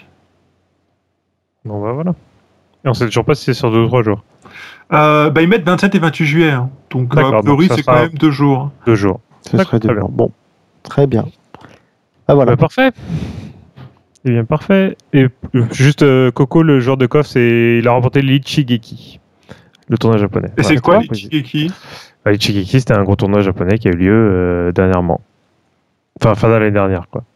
S2: Bon, bah voilà. Et on sait toujours pas si c'est sur 2 ou 3 jours.
S4: Ils mettent 27 et 28 juillet. Hein. Donc, a priori, c'est quand même 2 jours.
S2: 2 jours.
S1: Ce serait 2 jours. Bon, très bien. Ah, voilà.
S2: Bah, parfait. Eh bien, parfait. Et juste, Coco, le joueur de KOF, il a remporté l'Ichigeki, le tournoi japonais.
S4: Et c'est quoi l'Ichigeki?
S2: L'Ichigeki, c'était un gros tournoi japonais qui a eu lieu dernièrement. Enfin, fin d'année dernière, quoi.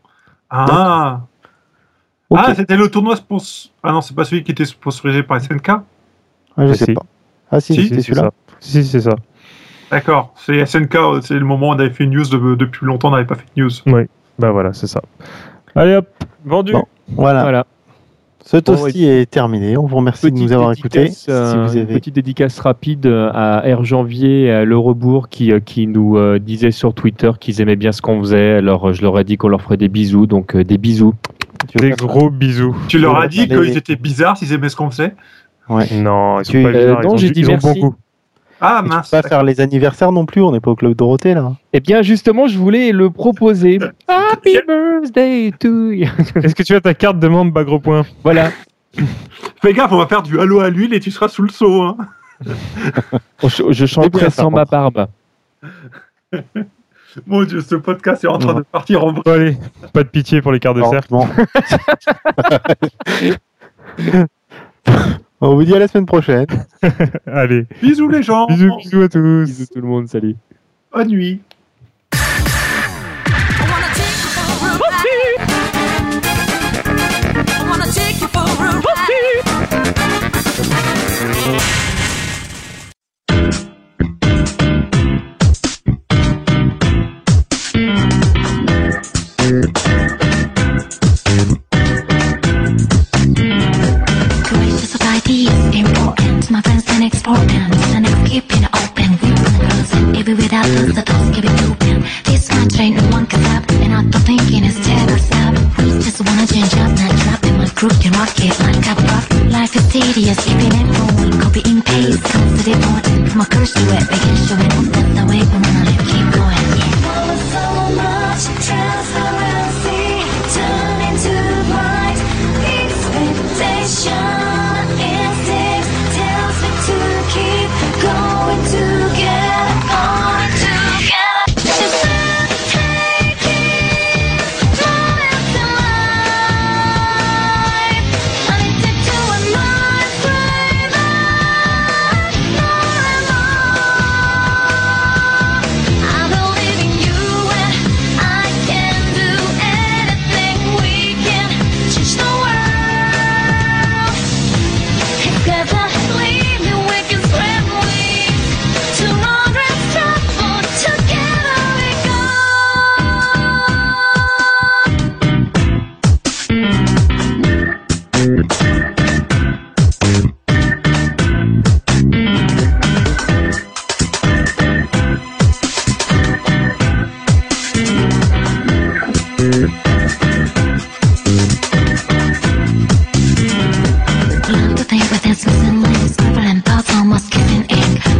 S4: Ah okay. Ah, c'était le tournoi sponsor... Ah non, c'est pas celui qui était sponsorisé par SNK?
S1: Ah, je sais pas. Ah si, c'est celui-là.
S2: Si, c'est ça.
S4: D'accord. C'est SNK, c'est le moment où on avait fait une news depuis longtemps, on n'avait pas fait de news.
S2: Oui, bah voilà, c'est ça. Allez hop, vendu.
S1: Bon, voilà. Ce toasty est terminé. On vous remercie de nous avoir écoutés.
S3: Petite dédicace rapide à R. Janvier et à Le Rebourg qui nous disaient sur Twitter qu'ils aimaient bien ce qu'on faisait. Alors je leur ai dit qu'on leur ferait des bisous. Donc des bisous.
S2: Des gros bisous.
S4: Tu leur as dit qu'ils étaient bizarres s'ils aimaient ce qu'on faisait?
S1: Ouais.
S2: Non, ils sont pas bizarres.
S3: Non, j'ai dit merci.
S2: Bon goût.
S4: Ah mince.
S1: Tu peux pas faire les anniversaires non plus, on n'est pas au Club Dorothée là.
S3: Eh bien justement, je voulais le proposer. Happy birthday to you.
S2: Est-ce que tu as ta carte de membre Bagre-Point?
S3: Voilà.
S4: Fais gaffe, on va faire du halo à l'huile et tu seras sous le seau. Hein.
S3: Je chanterai sans ma barbe.
S4: Mon Dieu, ce podcast est en train de partir en
S2: bon, allez, pas de pitié pour les quarts de cercle.
S1: On vous dit à la semaine prochaine.
S2: Allez.
S4: Bisous les gens.
S2: Bisous à tous.
S3: Bisous tout le monde, salut.
S4: Bonne nuit.
S5: My friends can export them, and it's keeping it open. Girls and every without us, the doors keep it open. This much ain't no one can stop, and I'm thinking it's never stop. We just wanna change up, not drop in my group can rock it like a rock. Life is tedious, keeping it rolling, copy in paste, comes to the point. From a curse to it, begin showing up, that's the way we wanna live, keep going. Yeah. So much transparency, turn into blind expectation. To keep going together, going together. Just take it, moments in life. Addicted to a mind frame, more and more. I believe in you and I can do anything. We can change the world. Together.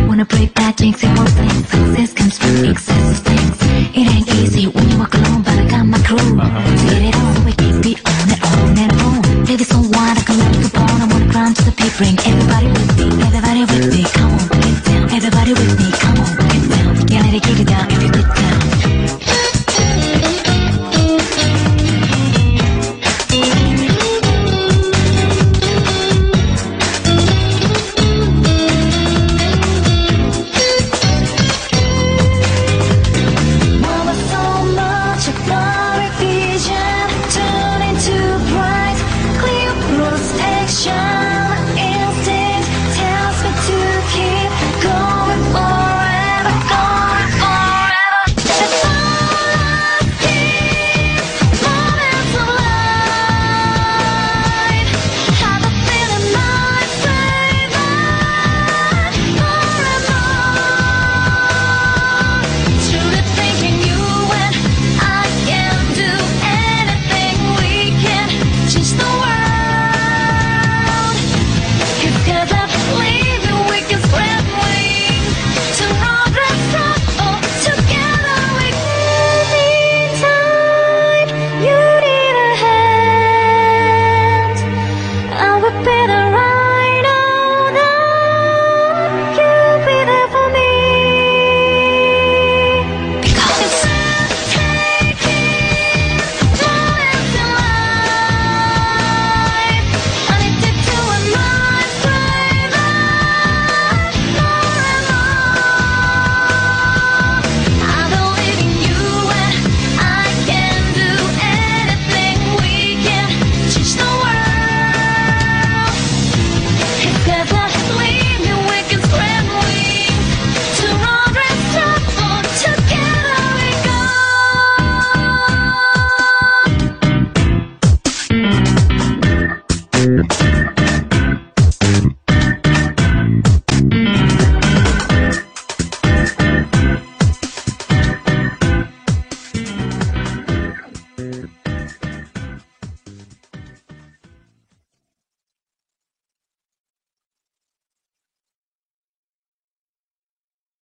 S5: Break bad jinx, it won't think success comes from excess of things. It ain't easy when you walk alone, but Get it on, we keep it on and on and on. Play this on wide, I can love the bone. I wanna grind to the beat, bring everybody